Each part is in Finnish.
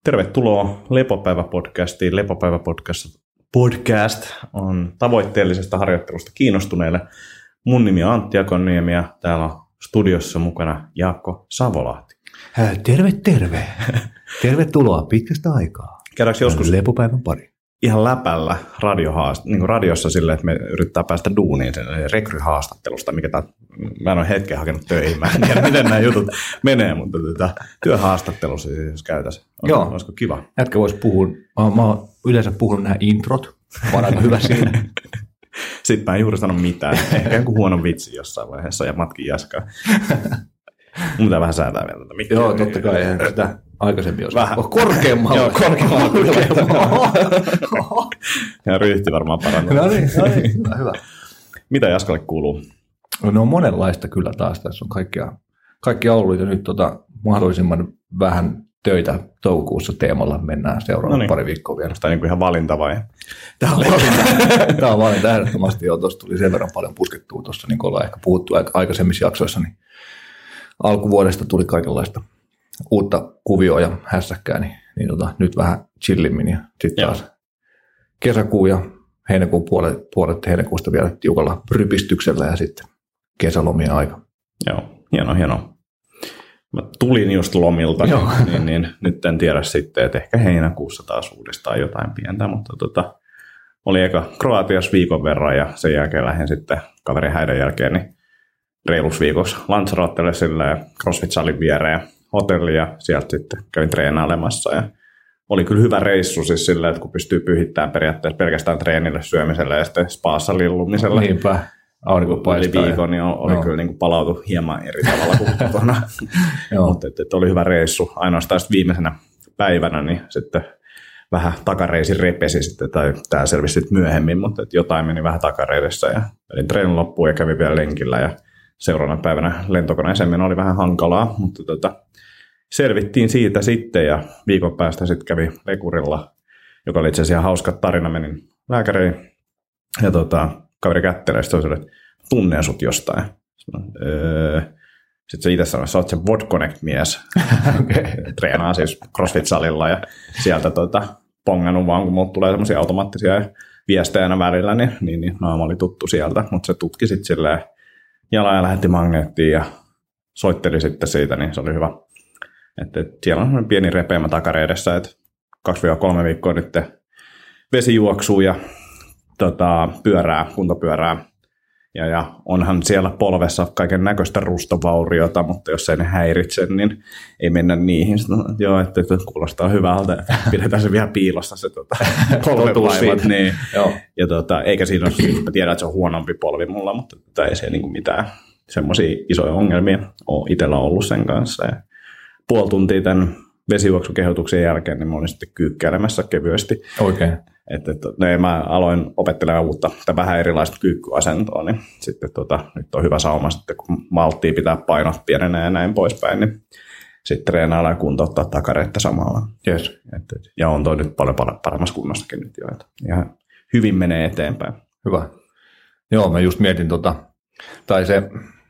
Tervetuloa Lepopäivä-podcastiin. Lepopäivä-podcast on tavoitteellisesta harjoittelusta kiinnostuneille. Mun nimi on Antti Akonniemi ja täällä on studiossa mukana Jaakko Savolahti. Terve. Tervetuloa pitkästä aikaa. Käydäänkö joskus Lepopäivän pari? Ihan läpällä niin radiossa silleen, että me yrittää päästä duuniin rekryhaastattelusta, mä en ole hetken hakenut töihin, mä en tiedä miten nämä jutut menee, mutta työhaastattelussa jos käytäisiin. Olisiko kiva? Jätkä voisi puhua, mä oon yleensä puhunut nämä introt, mä oon aika hyvä siinä. Sitten mä en juuri sano mitään, ehkä joku huono vitsi jossain vaiheessa ja matkin jaskaa. Mun pitää vähän säätää vielä tätä. Joo, totta kai, eihän sitä aikaisemmin olisi. Vähän. Korkeammalla. Joo, korkeammalla. Ja ryhti varmaan parantaa. No niin, hyvä. Mitä Jaskalle kuuluu? No on monenlaista kyllä taas. Tässä on kaikkia ollut ja nyt mahdollisimman vähän töitä toukokuussa teemalla mennään seuraavaan pari viikkoa vielä. Onko tämä niin ihan valinta vai? Tämä on valinta ehdottomasti. Jo, tuossa tuli sen verran paljon puskettua tuossa, niin kuin ollaan ehkä puhuttu aikaisemmissa jaksoissa, niin alkuvuodesta tuli kaikenlaista uutta kuvioa ja hässäkkää, niin nyt vähän chillimmin ja sitten taas kesäkuu ja heinäkuun puolet heinäkuusta vielä tiukalla rypistyksellä ja sitten kesälomien aika. Joo, hienoa. Mä tulin just lomilta, niin nyt en tiedä sitten, että ehkä heinäkuussa taas uudestaan jotain pientä, mutta oli eka Kroatiassa viikon verran ja sen jälkeen lähdin sitten kaverin häiden jälkeen niin reiluksi viikoksi Lanzarotelle sillä CrossFit-salin viereen hotelli ja sieltä sitten kävin treenailemassa ja oli kyllä hyvä reissu siis sillä, että kun pystyy pyhittämään periaatteessa pelkästään treenille, syömiselle ja sitten spaassa lillumisella. Niinpä, aurinko paistaa. Viikon niin oli kyllä niin kuin palautu hieman eri tavalla kuin kotona. Mutta oli hyvä reissu. Ainoastaan viimeisenä päivänä niin sitten vähän takareisin repesi sitten, tai tämä selvisi sitten myöhemmin, mutta jotain meni vähän takareidessä ja elin treenin loppuun ja kävin vielä lenkillä ja seuraavana päivänä lentokoneeseen meno oli vähän hankalaa, mutta selvittiin siitä sitten ja viikon päästä sitten kävi lekurilla, joka oli itse asiassa ihan hauska tarina. Menin lääkäriin ja kaveri kättelee, sitten että tunnen sut jostain. Sitten se itse sanoi, että sä oot se WordConnect-mies. Treenaa siis CrossFit-salilla ja sieltä pongannut vaan, kun mulle tulee semmoisia automaattisia viestejä aina välillä, niin naama oli tuttu sieltä, mutta se tutki sitten silleen jalan ja lähetti magneettiin ja soitteli sitten siitä, niin se oli hyvä. Että siellä on semmoinen pieni repeämä takareidessä, että 2-3 viikkoa nyt vesijuoksuu ja kuntopyörää. Ja onhan siellä polvessa kaiken näköistä rustovauriota, mutta jos ei ne häiritse, niin ei mennä niihin. Joo, että kuulostaa hyvältä. Pidetään se vielä piilossa se polvevaivat. Niin. Ja eikä siinä ole, mä tiedän, että se on huonompi polvi mulla, mutta ei se niin mitään semmoisia isoja ongelmia ole itsellä ollut sen kanssa. Ja puoli tuntia tämän vesijuoksukehotuksen jälkeen, niin mä olin sitten kyykkäilemässä kevyesti. Oikein. Mä aloin opettelemaan uutta tai vähän erilaista kyykkyasentoa, niin sitten nyt on hyvä sauma sitten, kun malttia pitää painot pienenee ja näin poispäin, niin sitten treenailla ja kuntouttaa takareita samalla. Yes. Ja on toi nyt paljon paremmassa kunnossakin nyt jo, että ihan hyvin menee eteenpäin. Hyvä. Joo, mä just mietin tai se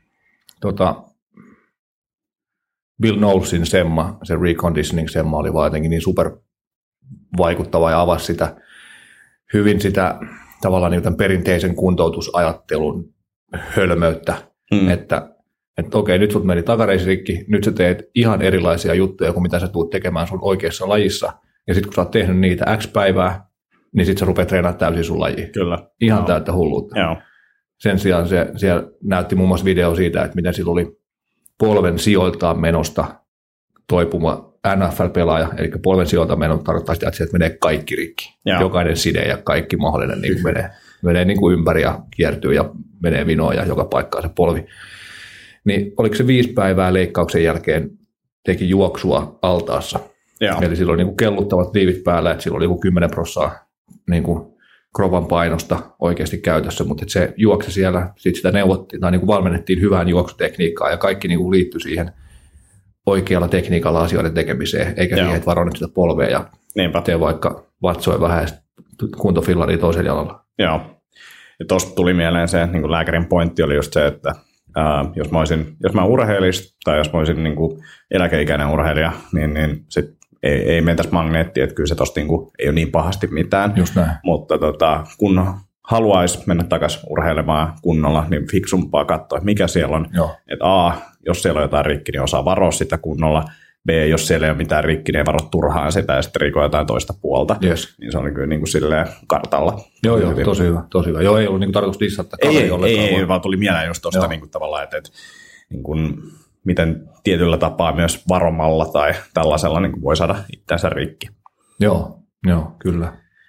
Bill Knowlesin semma, se reconditioning semma oli vaan jotenkin niin super vaikuttava ja avasi sitä hyvin sitä tavallaan niin tämän perinteisen kuntoutusajattelun hölmöyttä, että okei, nyt sut meni takareisirikki, nyt sä teet ihan erilaisia juttuja kuin mitä sä tuut tekemään sun oikeassa lajissa, ja sitten kun sä oot tehnyt niitä X päivää, niin sit sä rupeat treenaamaan täysin sun lajia. Kyllä. Ihan täyttä hulluutta. Joo. Sen sijaan siellä näytti muun muassa video siitä, että miten sillä oli polven sijoiltaa menosta toipuma NFL-pelaaja, eli polven sijoilta meno tarkoittaa sitä, että sieltä menee kaikki rikki. Joo. Jokainen side ja kaikki mahdollinen niin menee niin kuin ympäri ja kiertyy ja menee vinoon ja joka paikkaan se polvi. Niin oliko se 5 päivää leikkauksen jälkeen teki juoksua altaassa. Joo. Eli sillä oli niin kuin kelluttavat liivit päällä, että sillä oli joku 10% niin kuin kropan painosta oikeasti käytössä, mutta se juoksi siellä, sitten sitä neuvottiin tai niin kuin valmennettiin hyvään juoksutekniikkaan ja kaikki niin kuin liittyi siihen oikealla tekniikalla asioiden tekemiseen, eikä siihen, että varoin sitä polvea ja tee vaikka vatsoja vähän ja kuntofillaria toisella jalalla. Joo, ja tuosta tuli mieleen se, että niin kuin lääkärin pointti oli just se, että jos mä urheilisin tai jos mä olisin niin kuin eläkeikäinen urheilija, niin sit ei mentäisi magneettiin, että kyllä se tosta niinku, ei ole niin pahasti mitään. Just näin. Mutta kun haluaisi mennä takaisin urheilemaan kunnolla, niin fiksumpaa katsoa, että mikä siellä on. Joo. Että A, jos siellä on jotain rikki, niin osaa varoa sitä kunnolla. B, jos siellä ei ole mitään rikki, niin ei varo turhaan sitä ja sitten rikoo jotain toista puolta. Yes. Niin se oli kyllä niin kuin silleen kartalla. Joo, tosi hyvä. Joo, ei ollut niin kuin tarkoitus dissata kaveri ollenkaan. Ei, vaan tuli mieleen just tuosta niin kuin tavallaan, että niin kuin, miten tietyllä tapaa myös varomalla tai tällaisella niin kuin voi saada itsensä rikki. Joo, kyllä.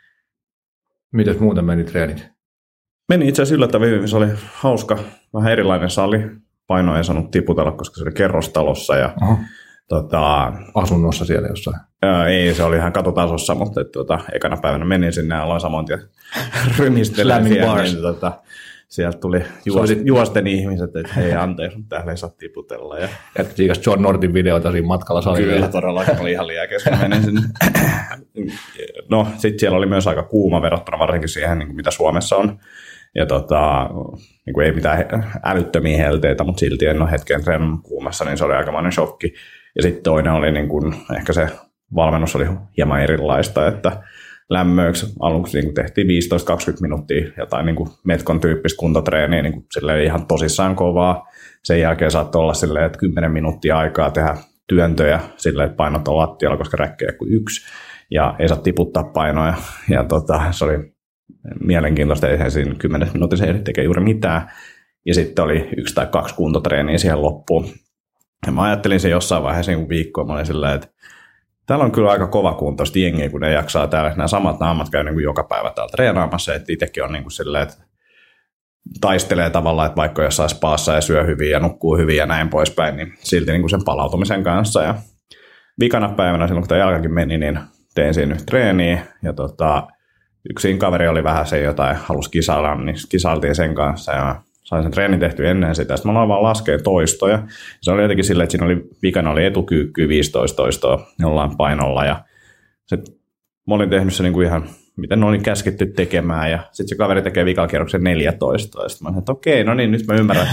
Mites muuten meni treenit? Meni itse asiassa yllättävän hyvin. Se oli hauska, vähän erilainen sali. Paino ei saanut tiputella, koska se oli kerrostalossa ja asunnossa siellä jossain? Ei, se oli ihan katotasossa, mutta ekana päivänä menin sinne ja aloin samoin tien rymistelemään siellä. Niin, sieltä tuli juosten ihmiset, että hei anteeksi, mutta täällä ei saa tiputella. Ja siikas John Nortin videoita siinä matkalla salilla. Kyllä, todellakin oli ihan liian kesken menin sinne. No, sitten siellä oli myös aika kuuma verrattuna varsinkin siihen, niin kuin mitä Suomessa on. Ja niin kuin ei mitään älyttömiä helteitä, mutta silti en ole hetken treenannut kuumassa, niin se oli aikamoinen shokki. Ja sitten toinen oli, niin kuin, ehkä se valmennus oli hieman erilaista, että lämmöiksi aluksi niin tehtiin 15-20 minuuttia jotain niin kuin Metkon tyyppistä kuntotreeniä, niin kuin ihan tosissaan kovaa. Sen jälkeen saattoi olla silleen, että 10 minuuttia aikaa tehdä työntöjä silleen, että painot on lattialla, koska räkkejä kuin 1. Ja ei saa tiputtaa painoja. Ja se oli mielenkiintoista, eihän siinä 10 minuutissa ei tekee juuri mitään. Ja sitten oli 1 tai 2 kuntotreeniä siihen loppuun. Ja mä ajattelin sen jossain vaiheessa niin viikkoa, mä olin silleen, että täällä on kyllä aika kovakuntoista jengiä, kun ne jaksaa täällä. Nämä samat naamat käy niin kuin joka päivä täällä treenaamassa, että itsekin on niin kuin silleen, että taistelee tavallaan, että vaikka jossain spaassa ja syö hyvin ja nukkuu hyvin ja näin poispäin, niin silti niin kuin sen palautumisen kanssa. Ja vikana päivänä silloin, kun tämä jalkakin meni, niin tein siinä nyt treeniä. Ja yksi kaveri oli vähän se jotain, halusi kisailla, niin kisailtiin sen kanssa ja sain sen treenin tehty ennen sitä. Sitten mä aloin vaan laskea toistoja. Se oli jotenkin silleen, että siinä oli vikana oli etukyykkyä 15 toistoa jollain painolla. Ja sitten mä olin tehnyt se niinku ihan, miten ne oli käsketty tekemään. Ja sitten se kaveri tekee vikakierroksen 14. Ja sitten mä olin, että okei, no niin, nyt mä ymmärrän,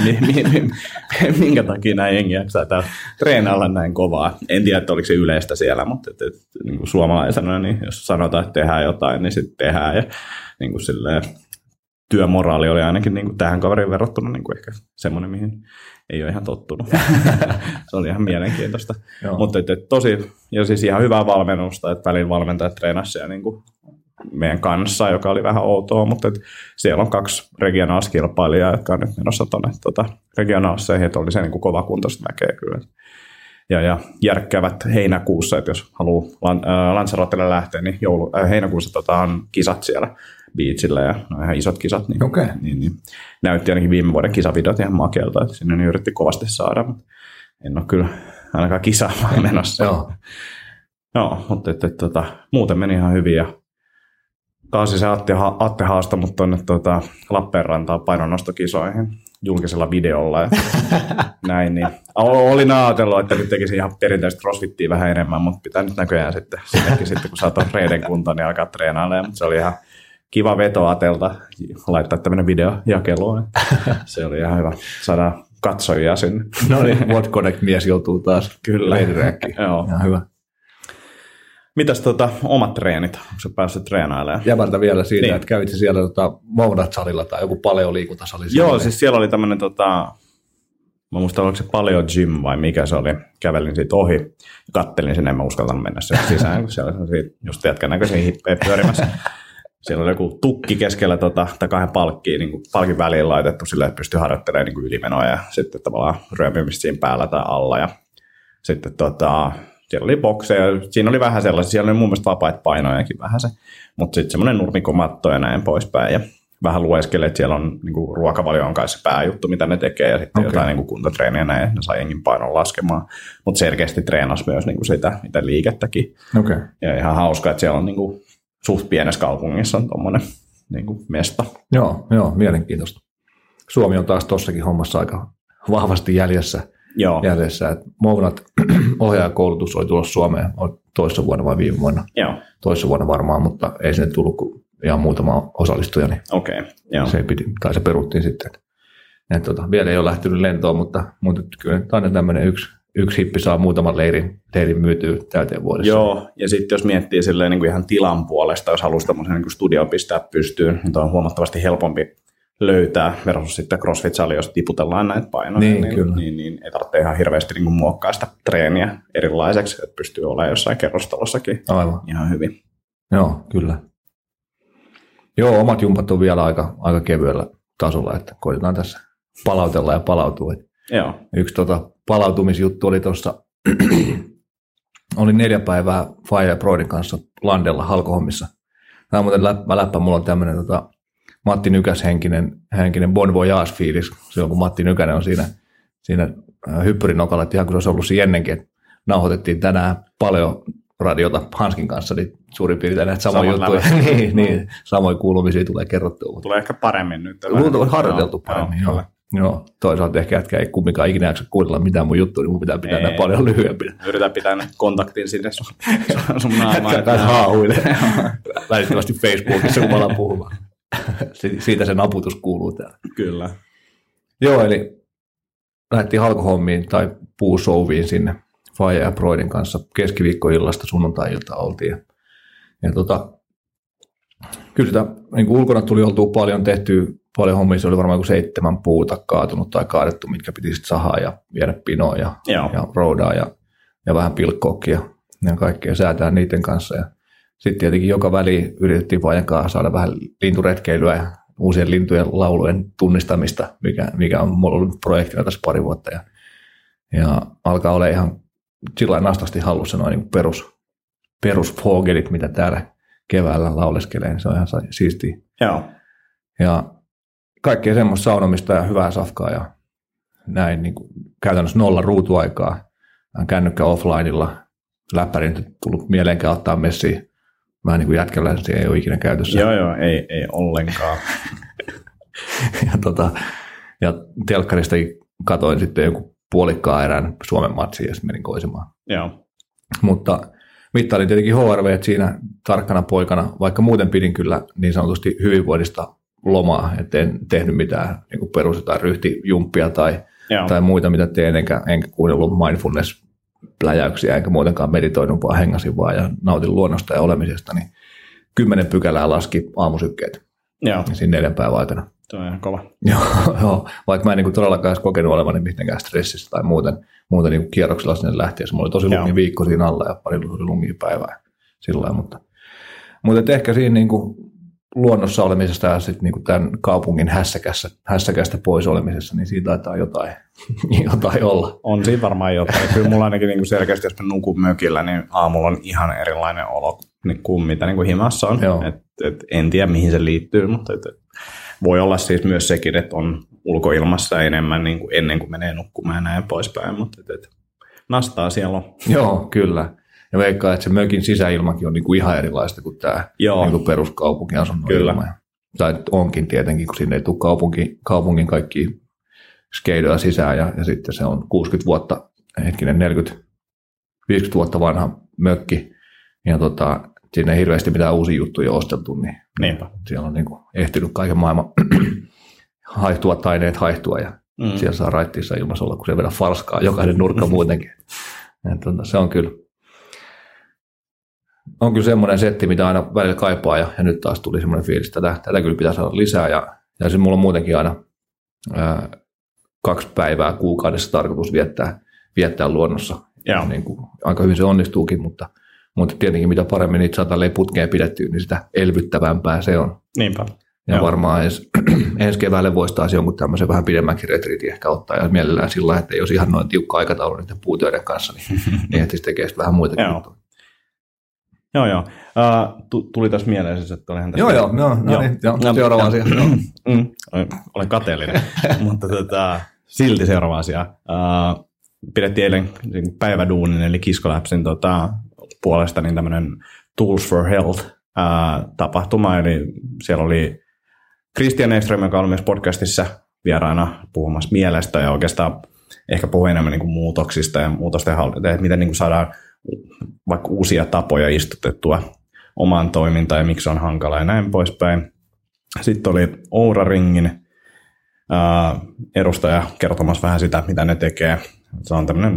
minkä takia nämä jengi jaksaa täällä treenailla näin kovaa. En tiedä, että oliko se yleistä siellä, mutta niin kuin suomalaisena, niin jos sanotaan, että tehdään jotain, niin sitten tehdään. Ja niin kuin silleen, työmoraali oli ainakin niin kuin tähän kaveriin verrattuna niin kuin ehkä semmoinen, mihin ei ole ihan tottunut. Se oli ihan mielenkiintoista. Mutta tosi, ja siis ihan hyvää valmennusta, että välillä valmentajat treenasivat niin kuin meidän kanssa, joka oli vähän outoa, mutta siellä on 2 regionaalskilpailijaa, jotka on nyt menossa tuonne regionaalseihin, että oli se niin kuin kovakuntoista väkeä kyllä. Ja järkkäävät heinäkuussa, että jos haluaa Lanzarotelle lähteä, niin heinäkuussa on kisat siellä beachillä ja no ihan isot kisat, niin näytti ainakin viime vuoden kisavideot ihan makealta, että sinne ne yritti kovasti saada, mutta en ole kyllä ainakaan kisaamaan menossa. Joo, mutta muuten meni ihan hyvin ja taas se Atte haastoi mut tuonne Lappeenrantaan painonnostokisoihin julkisella videolla ja näin, niin olin ajatellut, että nyt tekisin ihan perinteistä crossfittiä vähän enemmän, mutta pitää nyt näköjään sitten kun saat on reiden kuntoon, niin alkaa treenailemaan, mutta se oli ihan kiva veto Atelta laittaa tämmöinen video jakeluun. Se oli ihan hyvä saada katsojia sinne. No niin, What Connect-mies joutuu taas leidiräkkiin. Joo. Ihan hyvä. Mitäs omat treenit? Onko sä päässyt treenailemaan? Jäbältä vielä siitä, niin. Että kävitsi siellä Mounat-salilla tai joku paleoliikuntasali. Joo, siis siellä oli tämmöinen, mä muistan, oliko se Paleo Gym vai mikä se oli. Kävelin siitä ohi, kattelin sinne, en mä uskaltanut mennä sen sisään, kun siellä oli just jätkän näköisiä hippejä pyörimässä. Siellä oli joku tukki keskellä tai 2 palkkiin, niin kuin palkin väliin laitettu silleen, että pystyi harjoittelemaan niin kuin ylimenoa ja sitten tavallaan ryöpimistä siinä päällä tai alla. Ja sitten siellä oli bokseja, siinä oli vähän sellaisia, siellä oli mun mielestä vapaita painojakin vähän se, mutta sitten semmoinen nurmikomatto ja näin poispäin. Ja vähän lueskelee, että siellä on niin kuin ruokavalio on kanssa pääjuttu, mitä ne tekee, ja sitten jotain niin kuin kuntotreeniä ja näin, ne saa jengin painon laskemaan. Mutta selkeästi treenasi myös niin kuin sitä liikettäkin. Okay. Ja ihan hauska, että siellä on niin kuin suht pienessä kaupungissa on tuommoinen niin kuin mesta. Joo, mielenkiintoista. Suomi on taas tossakin hommassa aika vahvasti jäljessä. Mounat ohjaajakoulutus oli tulossa Suomeen toissa vuonna vai viime vuonna. Joo. Toissa vuonna varmaan, mutta ei sinne tullut kuin ihan muutama osallistuja. Niin se peruttiin sitten. Vielä ei ole lähtenyt lentoon, mutta kyllä tämä on tämmöinen yksi hippi saa muutaman leirin myytyä täyteen vuodessa. Joo, ja sitten jos miettii silleen niin kuin ihan tilan puolesta, jos haluaisi tämmöisen niin studion pistää pystyyn, niin on huomattavasti helpompi löytää versus sitten CrossFit-sali, jos tiputellaan näitä painoja, niin ei tarvitse ihan hirveästi niin kuin muokkaa sitä treeniä erilaiseksi, että pystyy olemaan jossain kerrostalossakin ihan hyvin. Joo, kyllä. Joo, omat jumpat on vielä aika kevyellä tasolla, että koitetaan tässä palautella ja palautua. Joo. Yksi palautumisjuttu oli tuossa, olin 4 päivää Faija ja Broidin kanssa Landella halkohommissa. Tämä on muuten läppä, mulla on tämmöinen Matti Nykäs henkinen Bon Voyage-fiilis, silloin kun Matti Nykänen on siinä hyppyrinokalla, että ihan kun se olisi ollut siinä ennenkin, että nauhoitettiin tänään paljon radiota Hanskin kanssa, niin suurin piirtein näitä samoja juttuja, niin, samoja kuulumisia tulee kerrottua. Tulee ehkä paremmin nyt. On harjoiteltu paremmin, joo. Toisaalta ehkä jätkä ei kumminkaan ikinä jaksa kuunnella mitään mun juttuja, niin mun pitää pitää nämä paljon lyhyempinä. Yritän pitää kontaktin sinne sun naamaan. Jätkä haahuilee. Välittömästi Facebookissa, kun mä alan puhumaan. Siitä se naputus kuuluu täällä. Kyllä. Joo, eli lähdettiin halkohommiin tai puushowviin sinne Faija ja Broidin kanssa. Keskiviikkoillasta sunnuntai-ilta oltiin. Ja kyllä sitä niin ulkona tuli oltua paljon, tehty paljon hommia. Se oli varmaan 7 puuta kaatunut tai kaadettu, mitkä piti sitten sahaa ja viedä pinoon ja roudaa ja vähän pilkkookin ja kaikkea säätää niiden kanssa. Ja sitten tietenkin joka väli yritettiin Faijan kanssa saada vähän linturetkeilyä ja uusien lintujen laulujen tunnistamista, mikä on mulla ollut projektina tässä pari vuotta. Ja alkaa olla ihan sillä lailla nastasti hallussa noin niin perusfogelit, mitä täällä keväällä lauleskelee. Se on ihan siistiä. Joo. Ja kaikkea semmoista saunomista ja hyvää safkaa ja näin niin kuin käytännössä 0 ruutuaikaa. Kännykkä offlineilla. Läppäri nyt tullut mieleenkään ottaa messiin. Vähän niin kuin jätkällä se ei ole ikinä käytössä. Joo, ei ollenkaan. ja telkkarista katoin sitten joku puolikkaan erään Suomen matsiin ja sitten menin koisemaan. Joo. Mutta mittailin tietenkin HRV siinä tarkkana poikana, vaikka muuten pidin kyllä niin sanotusti hyvinvoinnista lomaa, että en tehnyt mitään niin perus- jotain ryhtijumppia tai muita, mitä teen, enkä kuunnellut mindfulness-pläjäyksiä, enkä muutenkaan meditoinut, vaan hengasin vaan ja nautin luonnosta ja olemisesta, niin 10 pykälää laski aamusykkeet siinä 4 päivän aikana. Tuo on ihan kova. Joo, vaikka mä en niin todellakaan edes kokenut olevani mitenkään stressissä tai muuten niin kierroksella sinne lähtiessä. Mulla oli tosi lungi viikko siinä alla ja pari lungia päivää sillä mutta ehkä siinä niin kuin luonnossa olemisesta ja sitten niin kuin tämän kaupungin hässäkästä pois olemisessa, niin siitä taitaa jotain olla. On siinä varmaan jotain. Kyllä mulla ainakin niin kuin selkeästi, jos mä nukun mökillä, niin aamulla on ihan erilainen olo kuin mitä niin kuin himassa on. Et en tiedä, mihin se liittyy, mutta voi olla siis myös sekin, että on ulkoilmassa enemmän niin kuin ennen kuin menee nukkumaan ja näin poispäin, mutta nastaa siellä on. Joo, kyllä. Ja veikkaan, että se mökin sisäilmakin on niin kuin ihan erilaista kuin tämä niin kuin peruskaupunkiasunnon ilma. Tai onkin tietenkin, kun sinne ei tule kaupungin kaikki skeidoja sisään ja sitten se on 60 vuotta, 50 vuotta vanha mökki ja siinä ei hirveästi mitään uusia juttuja osteltu, niin siellä on niin kuin ehtinyt kaiken maailman haihtuvat aineet haihtua ja siellä saa raittiissa ilmassa olla, kun se vedä farskaa jokainen nurkka muutenkin. Se on kyllä semmoinen setti, mitä aina välillä kaipaa ja nyt taas tuli semmoinen fiilis, että tätä kyllä pitää saada lisää ja se mulla on muutenkin aina 2 päivää kuukaudessa tarkoitus viettää luonnossa. Niin kuin, aika hyvin se onnistuukin, mutta tietenkin mitä paremmin niitä saa tälleen putkeen pidettyä, niin sitä elvyttävämpää se on. Niinpä. Ja varmaan ensi keväälle voisi taas jonkun tämmöisen vähän pidemmänkin retriitin ehkä ottaa ja mielellään sillä lailla, että jos ihan noin tiukka aikataulu niiden puutöiden kanssa, niin ehtiisi tekee vähän muitakin juttuja. Joo. Tuli tässä mieleen siis, että olihan tässä... Joo, seuraava asia. Olen kateellinen, mutta silti seuraava asia. Pidettiin eilen päiväduunin, eli Kiskoläpsin puolesta niin tämmöinen Tools for Health-tapahtuma, eli siellä oli Christian Ekström, joka oli myös podcastissa vieraana puhumassa mielestä, ja oikeastaan ehkä puhui enemmän niin kuin muutoksista ja muutosten hallinta, että miten niin kuin saadaan vaikka uusia tapoja istutettua omaan toimintaan ja miksi se on hankala ja näin poispäin. Sitten oli Oura Ringin edustaja kertomassa vähän sitä, mitä ne tekee. Se on tämmöinen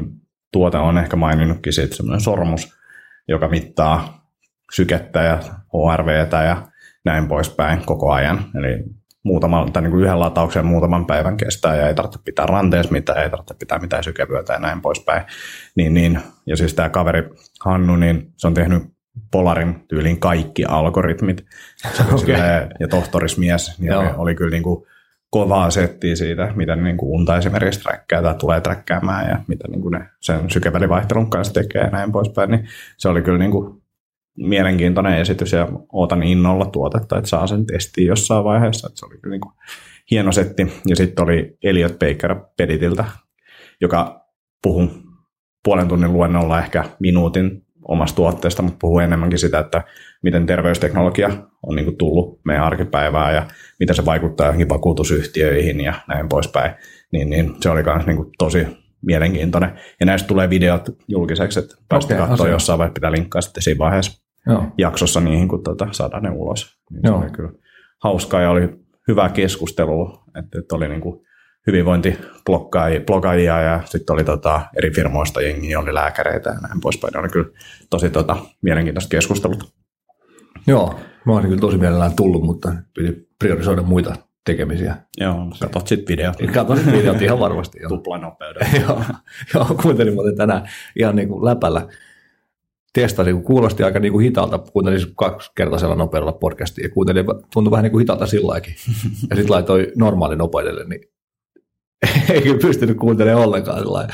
tuote on ehkä maininnutkin siitä, semmoinen sormus, joka mittaa sykettä ja HRVtä ja näin poispäin koko ajan. Eli niin kuin yhden latauksen muutaman päivän kestää ja ei tarvitse pitää ranteessa mitään, ei tarvitse pitää mitään sykevyötä ja näin poispäin. Ja siis tämä kaveri Hannu, niin se on tehnyt Polarin tyyliin kaikki algoritmit. Ja tohtorismies niin oli kyllä niin kuin kovaa settiä siitä, miten niin kuin unta esimerkiksi träkkää tai tulee träkkäämään ja mitä niin kuin ne sen sykevälivaihtelun kanssa tekee ja näin poispäin. Niin se oli kyllä niin kuin mielenkiintoinen esitys ja ootan innolla tuotetta, että saa sen testiin jossain vaiheessa. Että se oli kyllä niin kuin hieno setti. Ja sitten oli Elliot Baker Peditiltä, joka puhui puolen tunnin luennolla ehkä minuutin omasta tuotteesta, mutta puhuu enemmänkin sitä, että miten terveysteknologia on niin kuin tullut meidän arkipäivään ja miten se vaikuttaa johonkin vakuutusyhtiöihin ja näin poispäin. Niin se oli myös niin kuin tosi mielenkiintoinen. Ja näistä tulee videot julkiseksi, että päästä katsoa jossain vaiheessa, pitää linkkaa sitten siinä vaiheessa jaksossa niihin, kun saadaan ne ulos. Niin se oli kyllä hauskaa ja oli hyvää keskustelua, että oli niin kuin hyvinvointiblogaajia ja sitten oli eri firmoista jengiä, oli lääkäreitä ja näin poispäin. Ne oli kyllä tosi mielenkiintoista keskustelut. Joo, mä olisin kyllä tosi mielellään tullut, mutta piti priorisoida muita tekemisiä. Joo, katsot sitten videot. Katsot sitten videot ihan varmasti. Tuplanopeuden. Joo, kuuntelin muuten tänään ihan niin kuin läpällä. Testasin, kun kuulosti aika niin kuin hitaalta, kuuntelin 2-kertaisella nopeudella podcastia ja kuuntelin, tuntui vähän niin kuin hitaalta silläkin. Ja sitten laitoin normaali nopeudelle, niin ei kyllä pystynyt kuuntelemaan ollenkaan sellainen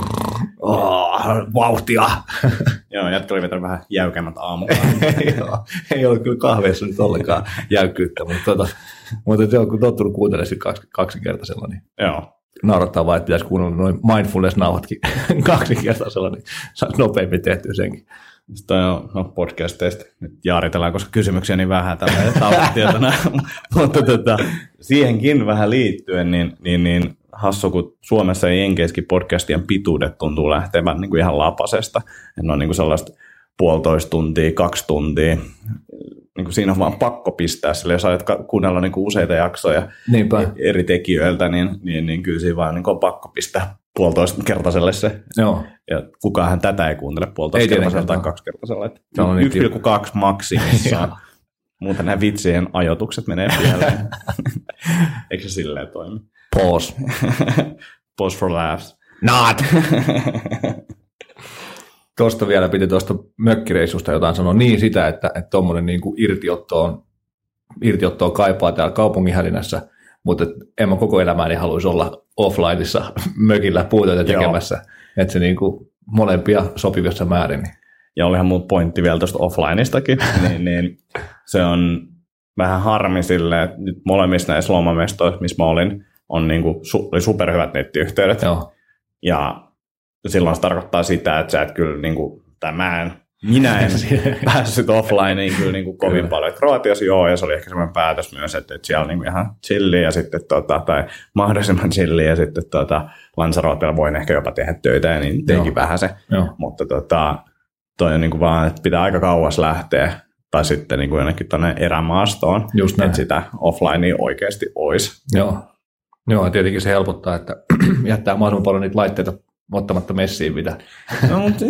vauhtia. Joo, jätkä oli vetänyt vähän jäykemmät aamulla. Ei ollut kyllä kahveessa nyt ollenkaan jäykkyyttä, mutta se on kun tottunut kuuntelemaan kaksinkertaisella, niin naurattaa vaan, että pitäisi kuunnella noin mindfulness-nauhatkin kaksinkertaisella, niin saisi nopeammin tehtyä senkin. Sitten on podcasteista nyt jaaritellaan, koska kysymyksiä niin vähän tällä taustatietona, mutta siihenkin vähän liittyen, niin hassu, kun Suomessa ja Jenkeissäkin podcastien pituudet tuntuu lähtevän niin kuin ihan lapasesta. Ne on niin kuin sellaista 1,5 tuntia, 2 tuntia. Niin kuin siinä on vaan pakko pistää sille, jos aiot kuunnella niin kuin useita jaksoja eri tekijöiltä, niin kyllä siinä vaan niin kuin on pakko pistää 1,5-kertaiselle se. Joo. Ja kukaanhan tätä ei kuuntele 1,5-kertaisella tai 2-kertaisella. 1,2 maksimissaan. Muuten nämä vitsien ajoitukset menee pieleen. Eikö se silleen toimi? Pause. Pause for laughs. Not! Tuosta vielä piti tuosta mökkireissusta jotain sanoa. Niin sitä, että tuommoinen niin kuin irtiottoa kaipaa täällä kaupunginhälinässä, mutta en mä koko elämääni haluaisi olla offlineissa mökillä puutöitä tekemässä. Että se niin kuin molempia sopivassa määrin. Ja olihan mun pointti vielä tuosta offlineistakin, niin se on vähän harmi silleen, että nyt molemmissa näissä lomamestoissa, missä mä olin, on niinku, oli superhyvät nettiyhteydet. Joo. Ja silloin se tarkoittaa sitä, että sä et kyllä, minä en päässyt offlineen kyllä niinku kovin paljon. Kroatiassa ja se oli ehkä semmoinen päätös myös, että siellä niinku ihan chilliä ja sitten tai mahdollisimman chilliä ja sitten Lanzarotella voin ehkä jopa tehdä töitä ja niin teinkin vähän se. Mutta toi on niinku vaan, että pitää aika kauas lähteä tai sitten niinku jonnekin tuonne erämaastoon, että sitä offlinea oikeasti olisi. Joo, tietenkin se helpottaa, että jättää mahdollisimman paljon niitä laitteita ottamatta messiin mitä. No, mutta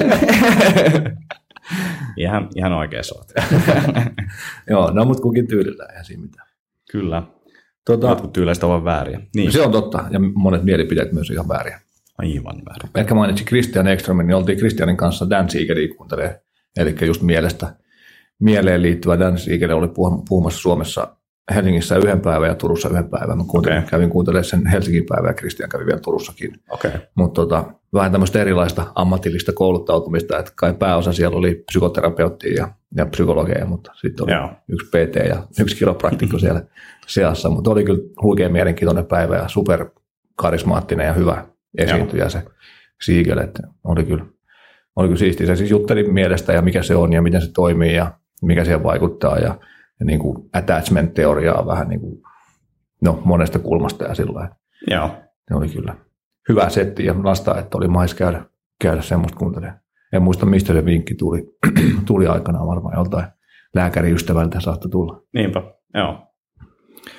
ihan oikeassa olet. Joo, no mutta kukin tyylillä, eihän siinä mitään. Kyllä. Jotkut tyyleistä ovat vääriä. Niin. Se on totta, ja monet mielipiteet myös ihan vääriä. Aivan väärin. Ehkä mainitsin Christian Ekströmin, niin oltiin Christianin kanssa Dan Siegelia kuuntelemaan, eli just mieleen liittyvä Dan Siegel oli puhumassa Suomessa Helsingissä 1 päivän ja Turussa 1 päivän. Mä kävin kuuntelemaan sen Helsingin päivän ja Christian kävi vielä Turussakin. Mutta vähän tämmöistä erilaista ammatillista kouluttautumista, että kai pääosa siellä oli psykoterapeuttia ja psykologeja, mutta sitten oli yksi PT ja yksi kiropraktikko siellä seassa. Mutta oli kyllä huikein mielenkiintoinen päivä ja super karismaattinen ja hyvä esiintyjä se Siegel, että oli kyllä siistiä. Se siis jutteli mielestä ja mikä se on ja miten se toimii ja mikä siihen vaikuttaa ja niin kuin attachment-teoriaa vähän niin kuin, monesta kulmasta ja sillä lailla. Joo. Se oli kyllä hyvä setti ja nastaa, että oli mais käydä semmoista kuuntelemaan. En muista, mistä se vinkki tuli aikanaan, varmaan joltain lääkäriystävältä saattoi tulla. Niinpä,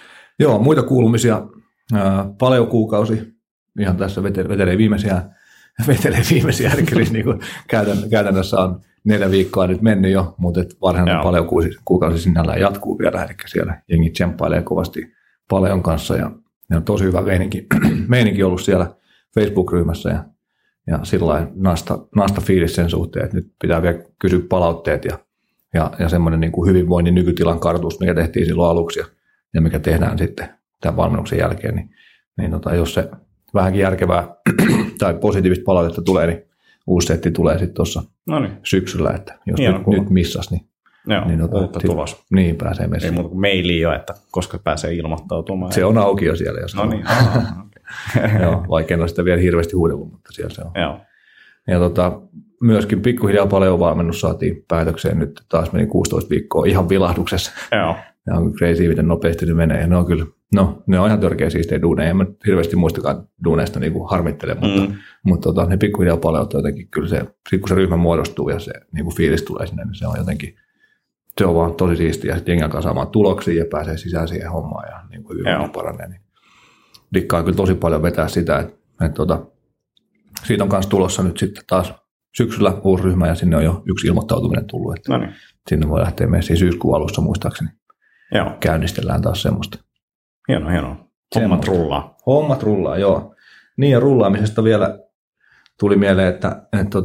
Joo, muita kuulumisia. Paleokuukausi, ihan tässä vetelee viimeisiä vetelee viimeisiä järkelissä, niin kuin käytännössä on 4 viikkoa nyt mennyt jo, mutta varsinainen paljon kuukausi sinällään jatkuu vielä, eli siellä jengi tsemppailee kovasti paljon kanssa, ja on tosi hyvä meininki ollut siellä Facebook-ryhmässä, ja sillä lailla nasta fiilis sen suhteen, että nyt pitää vielä kysyä palautteet, ja semmoinen niin kuin hyvinvoinnin nykytilan kartoitus, mikä tehtiin silloin aluksi, ja mikä tehdään sitten tämän valmennuksen jälkeen, niin jos se vähänkin järkevää tai positiivista palautetta tulee, niin uusi setti tulee sitten tuossa syksyllä, että jos nyt missas, niin uutta tulos. Niin, pääsee messiin. Ei muuta kuin mailiin jo, että koska pääsee ilmoittautumaan. Se on auki jo siellä, jos niin. Joo, vaikka en ole sitä vielä hirveästi huudellut, mutta siellä se on. Joo. Ja myöskin pikkuhiljaa paljon valmennus saatiin päätökseen, nyt taas meni 16 viikkoa ihan vilahduksessa. Joo. Ja on crazy, miten nopeasti ne menee. Ja ne on kyllä, ne on ihan törkeä siistejä duuneja. En mä hirveästi muistakaan duuneista niin kuin harmittele, mutta ne pikkuhiljaa palauttaa jotenkin kyllä se, kun se ryhmä muodostuu ja se niin kuin fiilis tulee sinne, niin se on jotenkin, se on vaan tosi siistiä. Ja sitten jengi alkaa saamaan tuloksia ja pääsee sisään siihen hommaan ja niin kuin hyvin paranee. Niin dikkaan kyllä tosi paljon vetää sitä, että siitä on myös tulossa nyt sitten taas syksyllä uusi ryhmä ja sinne on jo 1 ilmoittautuminen tullut. Että sinne voi lähteä messiin syyskuun alussa muistaakseni. Joo. Käynnistellään taas semmoista. Hienoa. Hommat rullaa, joo. Niin ja rullaamisesta vielä tuli mieleen, että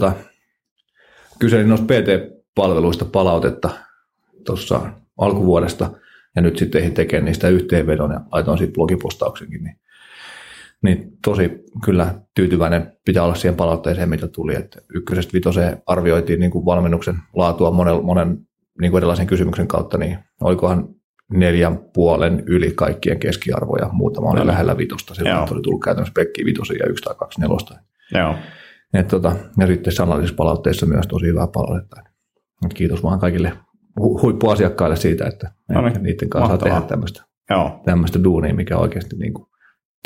kyselin noista PT-palveluista palautetta tuossa alkuvuodesta ja nyt sitten ehdin tekemään niistä yhteenvedon ja laitoin siitä blogipostauksenkin. Niin tosi kyllä tyytyväinen pitää olla siihen palautteeseen, mitä tuli. Että 1-5 arvioitiin niin kuin valmennuksen laatua monen niin kuin erilaisen kysymyksen kautta, niin olikohan 4,5 yli kaikkien keskiarvoja. Muutama oli lähellä 5. Silloin oli tullut käytännössä pekkiä 5 ja 1 tai 2 4. Joo. Ja sitten sanallisissa palautteissa myös tosi hyvää palautetta. Kiitos vaan kaikille huippuasiakkaille siitä, että niiden kanssa saa tehdä tämmöistä duunia, mikä oikeasti niin kuin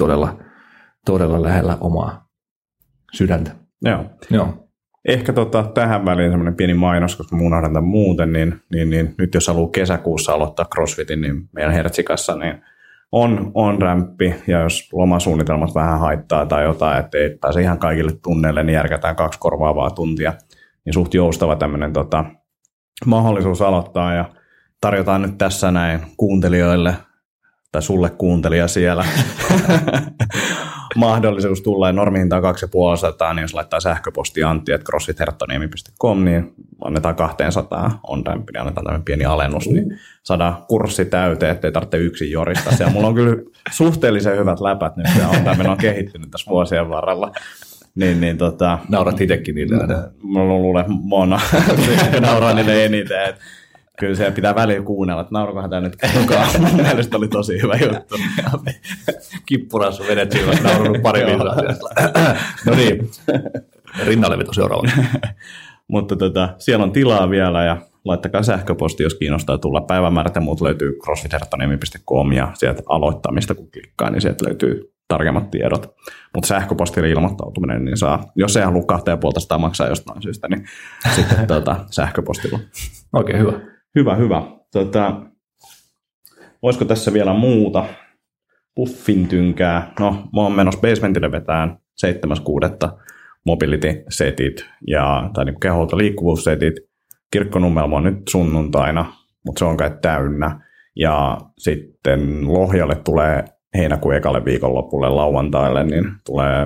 todella lähellä omaa sydäntä. Joo. Ehkä tähän väliin semmoinen pieni mainos, koska mä unohdan tämän muuten, niin nyt jos haluaa kesäkuussa aloittaa CrossFitin, niin meidän Hertsikassa niin on rämppi, ja jos lomasuunnitelmat vähän haittaa tai jotain, että ei pääse ihan kaikille tunneille, niin järkätään 2 korvaavaa tuntia, niin suht joustava tämmöinen mahdollisuus aloittaa, ja tarjotaan nyt tässä näin kuuntelijoille, tai sulle kuuntelija siellä, mahdollisuus tulla, ja normihinta on 250, niin jos laittaa sähköpostia antti@crossfitherttoniemi.com, niin annetaan 200 on-rampi, niin annetaan tämmöinen pieni alennus, niin saadaan kurssi täyteen, ettei tarvitse yksin jorista. Siellä mulla on kyllä suhteellisen hyvät läpät nyt, ja on kehittynyt tässä vuosien varrella. Naurat itsekin niille. Mulla luulen mona, nauraa niille eniten. Kyllä se pitää välillä kuunnella, että naurukohan tämä nyt kukaan. Mun mielestä oli tosi hyvä juttu. Kippurassa vedet silmässä, naurunut pari viikolla. No niin, rinnalleveto seuraavaksi. Mutta siellä on tilaa vielä ja laittakaa sähköposti, jos kiinnostaa tulla. Päivämäärät ja muut löytyy crossfitherttoniemi.com ja sieltä aloittamista kun klikkaa, niin sieltä löytyy tarkemmat tiedot. Mutta sähköpostilla ilmoittautuminen, niin saa, jos ei halua 250 maksaa jostain syystä, niin sitten sähköpostilla. Oikein hyvä. Hyvä. Olisiko tässä vielä muuta puffin tynkää? No, mä oon menossa basementille vetään 7.6. mobility-setit tai niin kehoilta liikkuvuussetit. Kirkkonummelma on nyt sunnuntaina, mutta se on kai täynnä. Ja sitten Lohjalle tulee heinäkuun ekalle viikonlopulle lauantaille, niin tulee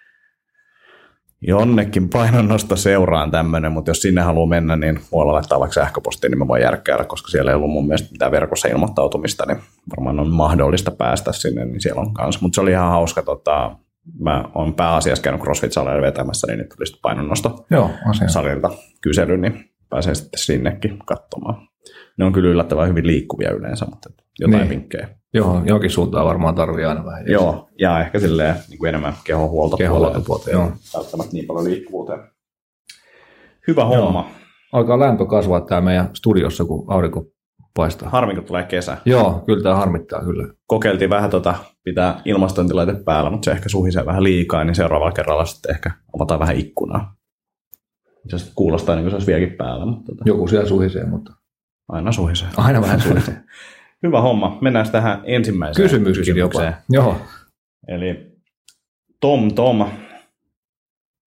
jonnekin painonnosta seuraan tämmöinen, mutta jos sinne haluaa mennä, niin voi laittaa vaikka sähköpostiin, niin mä voin järkkäillä, koska siellä ei ollut mun mielestä mitään verkossa ilmoittautumista, niin varmaan on mahdollista päästä sinne, niin siellä on kanssa. Mutta se oli ihan hauska, mä oon pääasiassa käynyt CrossFit-salilla vetämässä, niin nyt tuli sitten painonnosto salilta kysely, niin pääsee sitten sinnekin katsomaan. Ne on kyllä yllättävän hyvin liikkuvia yleensä, mutta jotain vinkkejä. Joo, johonkin suuntaan varmaan tarvii aina vähän. Joo, ja ehkä silleen niin kuin enemmän kehohuoltopuolta. Joo. Välttämättä niin paljon liikkuvuuteen. Hyvä homma. Alkaa lämpö kasvaa täällä meidän studiossa, kun aurinko paistaa. Harmi, kun tulee kesä. Joo, kyllä tämä harmittaa kyllä. Kokeiltiin vähän pitää ilmastointilaite päällä, mutta se ehkä suhisee vähän liikaa, niin seuraavalla kerralla sitten ehkä avataan vähän ikkunaa. Se kuulostaa niin kuin se olisi vieläkin päällä. Mutta joku siellä suhisee, mutta aina suhisee. Aina vähän suhisee. Hyvä homma. Mennään tähän ensimmäiseen kysymykseen. Jopa. Joo. Eli Tom.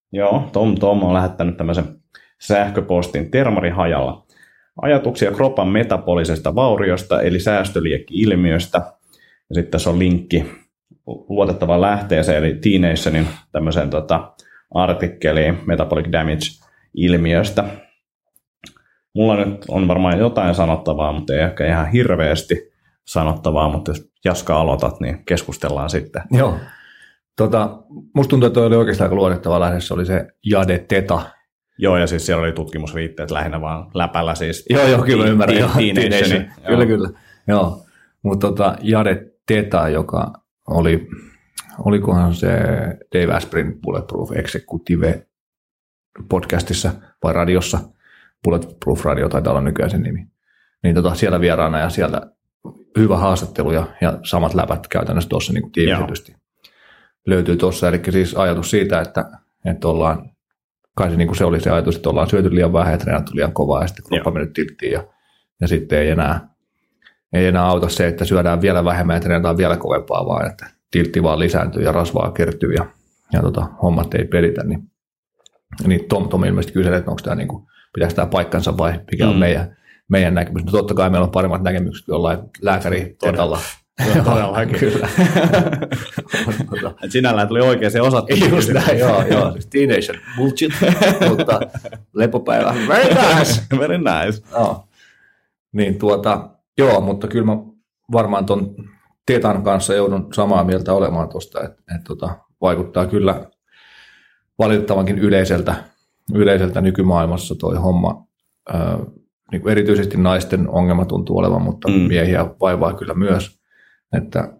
Joo, Tom on lähettänyt tämmöisen sähköpostin Termari Hajalla. Ajatuksia kropan metabolisesta vauriosta eli säästöliekki-ilmiöstä. Ja sitten tässä on linkki luotettavaan lähteeseen eli T-Nationin tämmöiseen artikkeliin Metabolic Damage-ilmiöstä. Mulla nyt on varmaan jotain sanottavaa, mutta ei ehkä ihan hirveästi sanottavaa, mutta jos Jaska aloitat, niin keskustellaan sitten. Joo. Musta tuntuu, että toi oli oikeastaan aika luotettava lähde, se oli se Jade Teta. Joo, ja siis siellä oli tutkimusviitteet lähinnä vaan läpällä siis. Joo, kyllä ymmärrän. T-Nation. Kyllä. Joo, mutta Jade Teta, joka olikohan se Dave Aspryn Bulletproof Executive podcastissa vai radiossa, Bulletproof Radio taitaa olla nykyään sen nimi, niin siellä vieraana ja siellä hyvä haastattelu ja samat läpät käytännössä tuossa niin tiivistetysti löytyy tuossa, eli siis ajatus siitä, että ollaan, kai se, niin kuin se oli se ajatus, että ollaan syöty liian vähän ja treenattu liian kovaa ja sitten kroppa mennyt tilttiin ja sitten ei enää auta se, että syödään vielä vähemmän ja treenataan vielä kovempaa, vaan että tiltti vaan lisääntyy ja rasvaa kertyy ja hommat ei pelitä, niin Tom ilmeisesti kyselee, että onko tämä niin kuin, pitääkö tämä paikkansa vai mikä on meidän näkemys. No totta kai meillä on paremmat näkemykset kuin jollain lääkäri Tetalla. Todellakin. Kyllä. Sinällään tuli oikein se osattu. Just näin, joo. Siis T-Nation bullshit, mutta lepopäivä. Very nice. Very nice. No. Niin joo, mutta kyllä mä varmaan ton Tetan kanssa joudun samaa mieltä olemaan tuosta, että vaikuttaa kyllä valitettavankin yleiseltä nykymaailmassa toi homma. Niin erityisesti naisten ongelma tuntuu olevan, mutta miehiä vaivaa kyllä myös. Että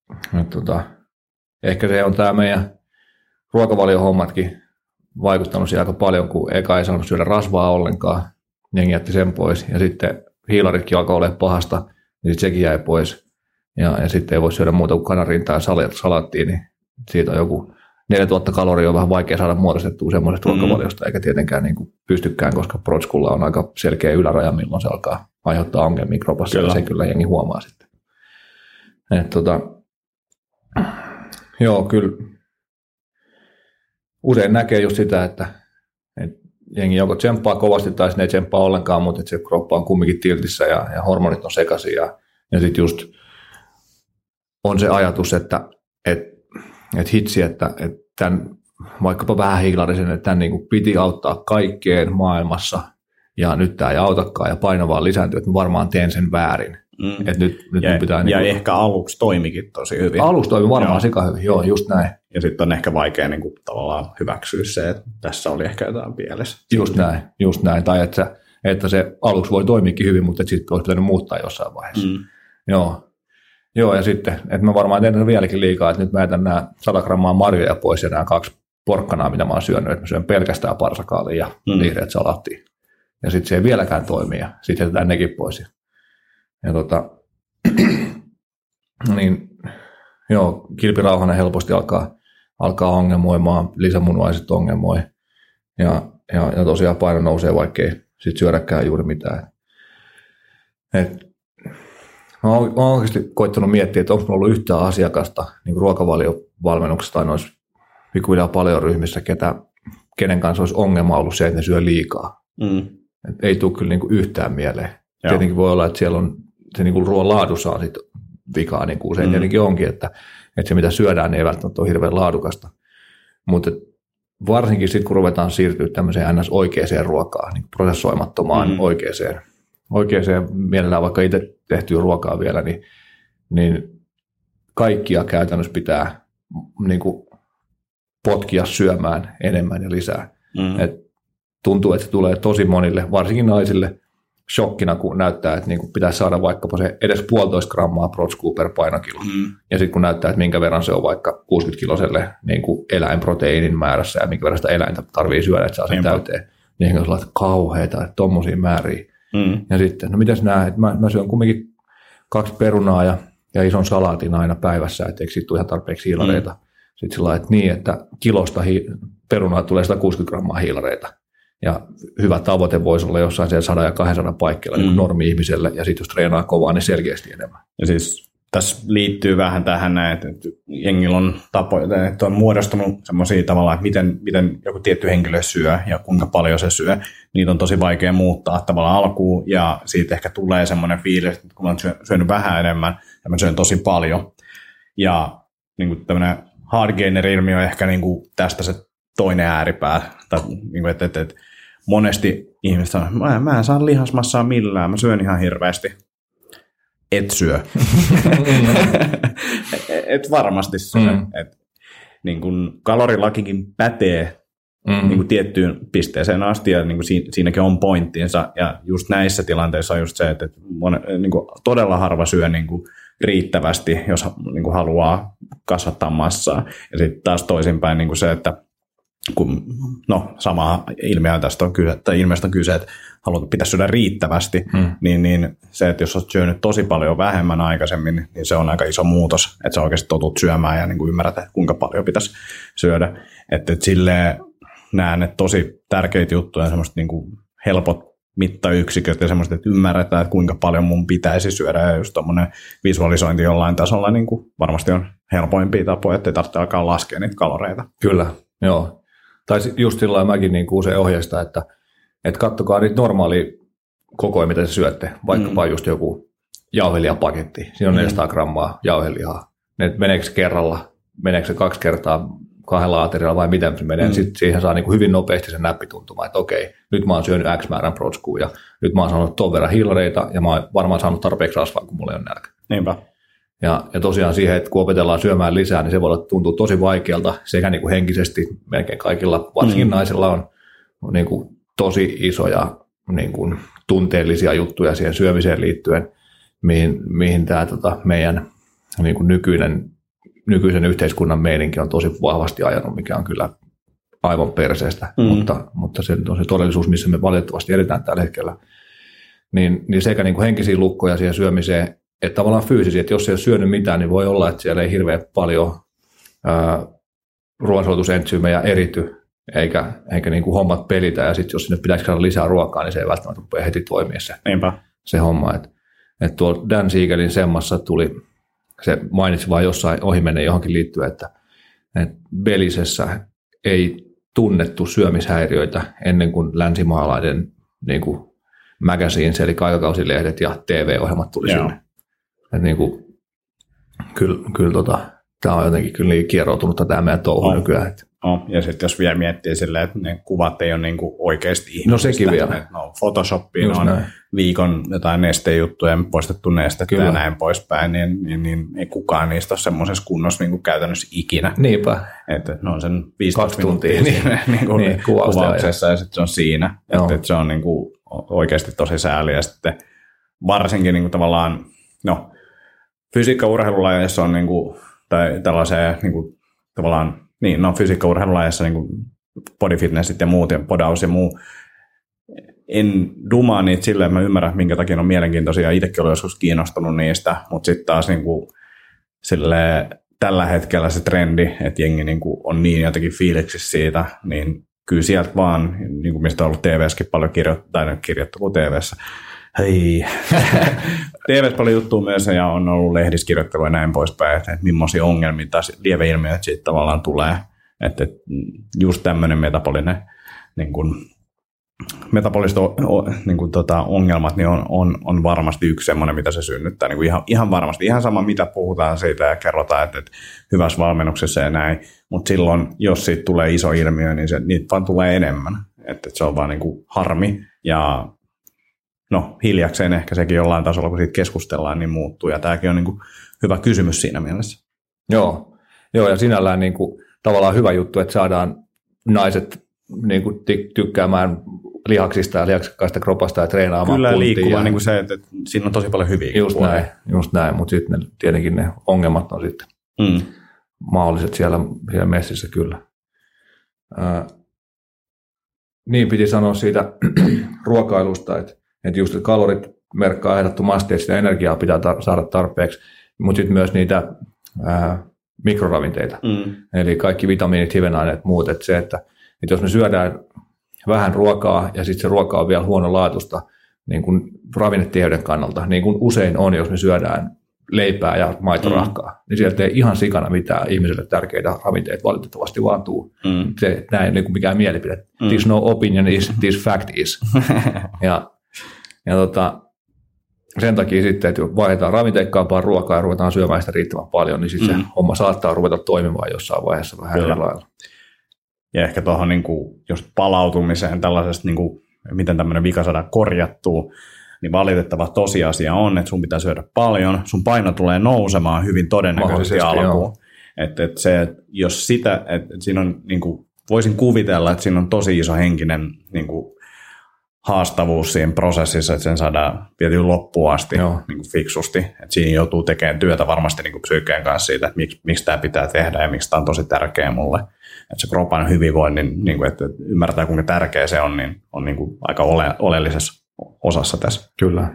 ehkä se on tämä meidän ruokavaliohommatkin vaikuttanut siihen aika paljon, kun eka ei saanut syödä rasvaa ollenkaan, jengi jätti sen pois, ja sitten hiilaritkin alkoi olemaan pahasta, niin sitten sekin jäi pois, ja sitten ei voi syödä muuta kuin kanarintaa ja salaattia, niin siitä on joku 4000 kaloria on vähän vaikea saada muodostettua semmoisesta ruokavaliosta, eikä tietenkään niin kuin pystykään, koska protskulla on aika selkeä yläraja, milloin se alkaa aiheuttaa ongelmia kropassa, ja sen kyllä jengi huomaa sitten. Joo, kyllä usein näkee just sitä, että jengi joko tsemppaa kovasti tai sitten ei tsemppaa ollenkaan, mutta se kroppa on kumminkin tiltissä ja hormonit on sekaisin ja sitten just on se ajatus, että hitsi, että tämän vaikkapa vähän hiilarisen, että tämän niin kuin piti auttaa kaikkeen maailmassa ja nyt tämä ei autakaan ja paino vaan lisääntyy, että mä varmaan teen sen väärin. Että nyt pitää ja ehkä aluksi toimikin tosi hyvin. Aluksi toimi varmaan sika hyvin, joo, just näin. Ja sitten on ehkä vaikea niin kuin, tavallaan hyväksyä se, että tässä oli ehkä jotain pielessä. Just näin. Tai että se aluksi voi toimiikin hyvin, mutta sitten olisi pitänyt muuttaa jossain vaiheessa. Joo, ja sitten, että mä varmaan teen vieläkin liikaa, että nyt mä jätän nämä 100 grammaa marjoja pois ja nämä 2 porkkanaa, mitä mä oon syönyt, että mä syön pelkästään parsakaalia ja vihreät salaattia. Ja sitten se ei vieläkään toimi ja sitten jätetään nekin pois. Ja niin joo, kilpirauhanen helposti alkaa ongelmoimaan, lisämunuaiset ongelmoi ja tosiaan paino nousee, vaikkei sit syödäkään juuri mitään. Mä oon oikeasti koittanut miettiä, että onko mulla ollut yhtään asiakasta niin ruokavaliovalmennuksessa tai noissa pikkuhiljaa paljon ryhmissä, kenen kanssa olisi ongelma ollut se, että ne syö liikaa. Et ei tule kyllä niin kuin yhtään mieleen. Joo. Tietenkin voi olla, että siellä on se niin kuin ruoan laadussa on sit vikaa, niin kuin usein tietenkin onkin, että se mitä syödään niin ei välttämättä ole hirveän laadukasta. Mutta varsinkin sitten kun ruvetaan siirtyä tämmöiseen ns-oikeaan ruokaan, niin prosessoimattomaan oikeaan mielellään vaikka itse tehtyä ruokaa vielä, niin kaikkia käytännössä pitää niin kuin potkia syömään enemmän ja lisää. Et tuntuu, että se tulee tosi monille, varsinkin naisille, shokkina, kun näyttää, että niin kuin pitäisi saada vaikkapa se edes 1,5 grammaa protskua per painokilo. Ja sitten kun näyttää, että minkä verran se on vaikka 60-kiloselle niin kuin eläinproteiinin määrässä ja minkä verran sitä eläintä tarvitsee syödä, että saa sen täyteen, niin on sellaista kauheita, että tommosia määriä. Ja sitten, no mitäs nää, että mä syön kumminkin 2 perunaa ja ison salaatin aina päivässä, että eikö siitä tule ihan tarpeeksi hiilareita. Sitten sillä lailla, että niin, että kilosta perunaa tulee 160 grammaa hiilareita. Ja hyvä tavoite voisi olla jossain siellä 100 ja 200 paikkeilla niin normi-ihmiselle, ja sitten jos treenaa kovaa, niin selkeästi enemmän. Ja siis tässä liittyy vähän tähän näin, että jengillä on tapoja, että on muodostunut semmoisia tavallaan, että miten joku tietty henkilö syö ja kuinka paljon se syö. Niitä on tosi vaikea muuttaa tavallaan alkuun ja siitä ehkä tulee semmoinen fiilis, että kun mä oon syönyt vähän enemmän ja mä syön tosi paljon. Ja niin kuin tämmöinen hard gainer-ilmiö on ehkä niin kuin tästä se toinen ääripää. Tai, niin kuin, että monesti ihmiset sanoo, että mä en saa lihasmassaa millään, mä syön ihan hirveästi. Et syö. Et varmasti syö. Et, niin kun kalorilakikin pätee niin kun tiettyyn pisteeseen asti, ja niin kun siinäkin on pointtinsa. Ja just näissä tilanteissa on just se, että niin kun todella harva syö niin kun riittävästi, jos niin kun haluaa kasvattaa massaa. Ja sitten taas toisinpäin niin kun se, että kun, no sama ilmiö tästä on kyse, tai ilmeisesti on kyse, että pitäisi syödä riittävästi, niin se, että jos olet syönyt tosi paljon vähemmän aikaisemmin, niin se on aika iso muutos, että sä oikeasti totut syömään ja niin kuin ymmärrät, että kuinka paljon pitäisi syödä. Että silleen näen, että tosi tärkeitä juttuja on semmoiset niin kuin helpot mittayksiköt ja semmoiset, että ymmärretään, että kuinka paljon mun pitäisi syödä, ja just tommoinen visualisointi jollain tasolla niin kuin varmasti on helpoimpia tapoja, ettei tarvitse alkaa laskea niitä kaloreita. Kyllä, joo. Tai just sillä lailla mäkin niin usein ohjeistan, että katsokaa niitä normaalia kokoja, mitä te syötte. Vaikkapa just joku jauhelihapaketti. Siinä on 400 grammaa jauhelihaa. Ne meneekö se kerralla, meneekö se 2 kertaa 2 aterialla vai miten se menee. Sitten siihen saa niin kuin hyvin nopeasti sen näppituntumaan, että okei, nyt mä oon syönyt X määrän protskua ja nyt mä oon saanut ton verran hiilareita ja mä oon varmaan saanut tarpeeksi rasvaa, kun mulla ei ole nälkä. Niinpä. Ja tosiaan siihen, että kun opetellaan syömään lisää, niin se voi tuntua tosi vaikealta sekä niin kuin henkisesti, melkein kaikilla, varsinkin naisilla on niin kuin tosi isoja niin kuin tunteellisia juttuja siihen syömiseen liittyen, mihin tämä meidän niin kuin nykyisen yhteiskunnan meininki on tosi vahvasti ajanut, mikä on kyllä aivan perseestä, mutta se on se todellisuus, missä me valitettavasti edetään tällä hetkellä, niin sekä niin kuin henkisiä lukkoja siihen syömiseen, että tavallaan fyysisiä, että jos ei ole syönyt mitään, niin voi olla, että siellä ei hirveän paljon ruoansulatusentsyymejä erity, eikä niin kuin hommat pelitä, ja sitten jos sinne pitäisi saada lisää ruokaa, niin se ei välttämättä rupea heti toimia se homma. Että tuolla Dan Siegelin semmassa tuli, se mainitsi vaan jossain ohimennen johonkin liittyen, että Belisessä ei tunnettu syömishäiriöitä ennen kuin länsimaalainen niin kuin magazines, eli aikakausilehdet ja TV-ohjelmat tuli sinne. Että niin kuin, kyllä tämä on jotenkin kyllä niin kieroutunutta tämä meidän touhu nykyään. Ja sitten jos vielä miettii silleen, että ne kuvat ei ole niinku oikeasti ihmistä. No sekin vielä. No Photoshopiin on viikon jotain nestejuttuja, poistettu nestettä ja näin poispäin, niin ei kukaan niistä ole semmoisessa kunnossa niinku käytännössä ikinä. Niinpä. Että ne on sen 15 minuuttia niin kuvauksessa ja sitten se on siinä. Että se on niinku oikeasti tosi sääli. Ja sitten varsinkin niinku tavallaan, no fysiikka-urheilulajeissa on niinku, tai tällaiseen niinku, tavallaan, niin, no fysiikka-urheilulajeissa niin body fitnessit ja muut ja podaus ja muu. En dumaa niitä silleen, mä ymmärrän, minkä takia ne on mielenkiintoisia. Itsekin olen joskus kiinnostunut niistä, mutta sitten taas niin kuin, tällä hetkellä se trendi, että jengi niin kuin, on niin jotenkin fiiliksissä siitä, niin kyllä sieltä vaan, niin kuin mistä on ollut TV:ssäkin paljon kirjoittelua TV:ssä. Hei. TV:ssä paljon juttua myös ja on ollut lehdiskirjoittelua ja näin poispäin, että millaisia ongelmia tai lieveilmiöitä siitä tavallaan tulee. Että just tämmöinen metapoliset niin kuin ongelmat niin on varmasti yksi semmoinen, mitä se synnyttää. Niin kuin ihan varmasti. Ihan sama, mitä puhutaan siitä ja kerrotaan, että hyvässä valmennuksessa ja näin. Mutta silloin, jos siitä tulee iso ilmiö, niin niitä vaan tulee enemmän. Että se on vaan niin kuin harmi ja no hiljakseen ehkä sekin jollain tasolla, kun siitä keskustellaan, niin muuttuu. Ja tämäkin on niin kuin hyvä kysymys siinä mielessä. Joo ja sinällään niin kuin, tavallaan hyvä juttu, että saadaan naiset niin kuin, tykkäämään lihaksista ja lihaksikkaista kropasta ja treenaamaan. Kyllä liikkumaan niin kuin se, että siinä on tosi paljon hyviä. Just näin, mutta sitten tietenkin ne ongelmat on sitten mahdolliset siellä messissä kyllä. Niin piti sanoa siitä ruokailusta, että just kalorit merkkaa ehdottomasti, että sitä energiaa pitää saada tarpeeksi, mutta sitten myös niitä mikroravinteita, eli kaikki vitamiinit, hivenaineet, muut, että se, että jos me syödään vähän ruokaa ja sitten se ruoka on vielä huonolaatuista niin kuin ravinnetiheyden kannalta, niin kuin usein on, jos me syödään leipää ja maitorahkaa, niin sieltä ei ihan sikana mitään ihmiselle tärkeitä ravinteita valitettavasti vaan tuu. Se näin ei ole mikään mielipide. This no opinion is, this fact is. ja sen takia sitten, että vaihdetaan ravinteikkaampaa ruokaa ja ruvetaan syömään sitä riittävän paljon, niin sitten se homma saattaa ruveta toimimaan jossain vaiheessa vähän eri lailla. Ja ehkä tuohon niin just palautumiseen tällaisesta, niin kuin, miten tämmöinen vika saadaan korjattua, niin valitettava tosiasia on, että sun pitää syödä paljon, sun paino tulee nousemaan hyvin todennäköisesti alkuun. Että se, jos sitä, että siinä on, niin kuin, voisin kuvitella, että siinä on tosi iso henkinen niin kuin, haastavuus siinä prosessissa, että sen saadaan vietyä loppuun asti niin kuin fiksusti. Että siinä joutuu tekemään työtä varmasti niin kuin psyykeen kanssa siitä, että miksi tämä pitää tehdä ja miksi tämä on tosi tärkeä mulle. Että se kropan hyvinvoinnin, niin kuin, että ymmärtää kuinka tärkeä se on, niin on niin kuin aika oleellisessa osassa tässä. Kyllä.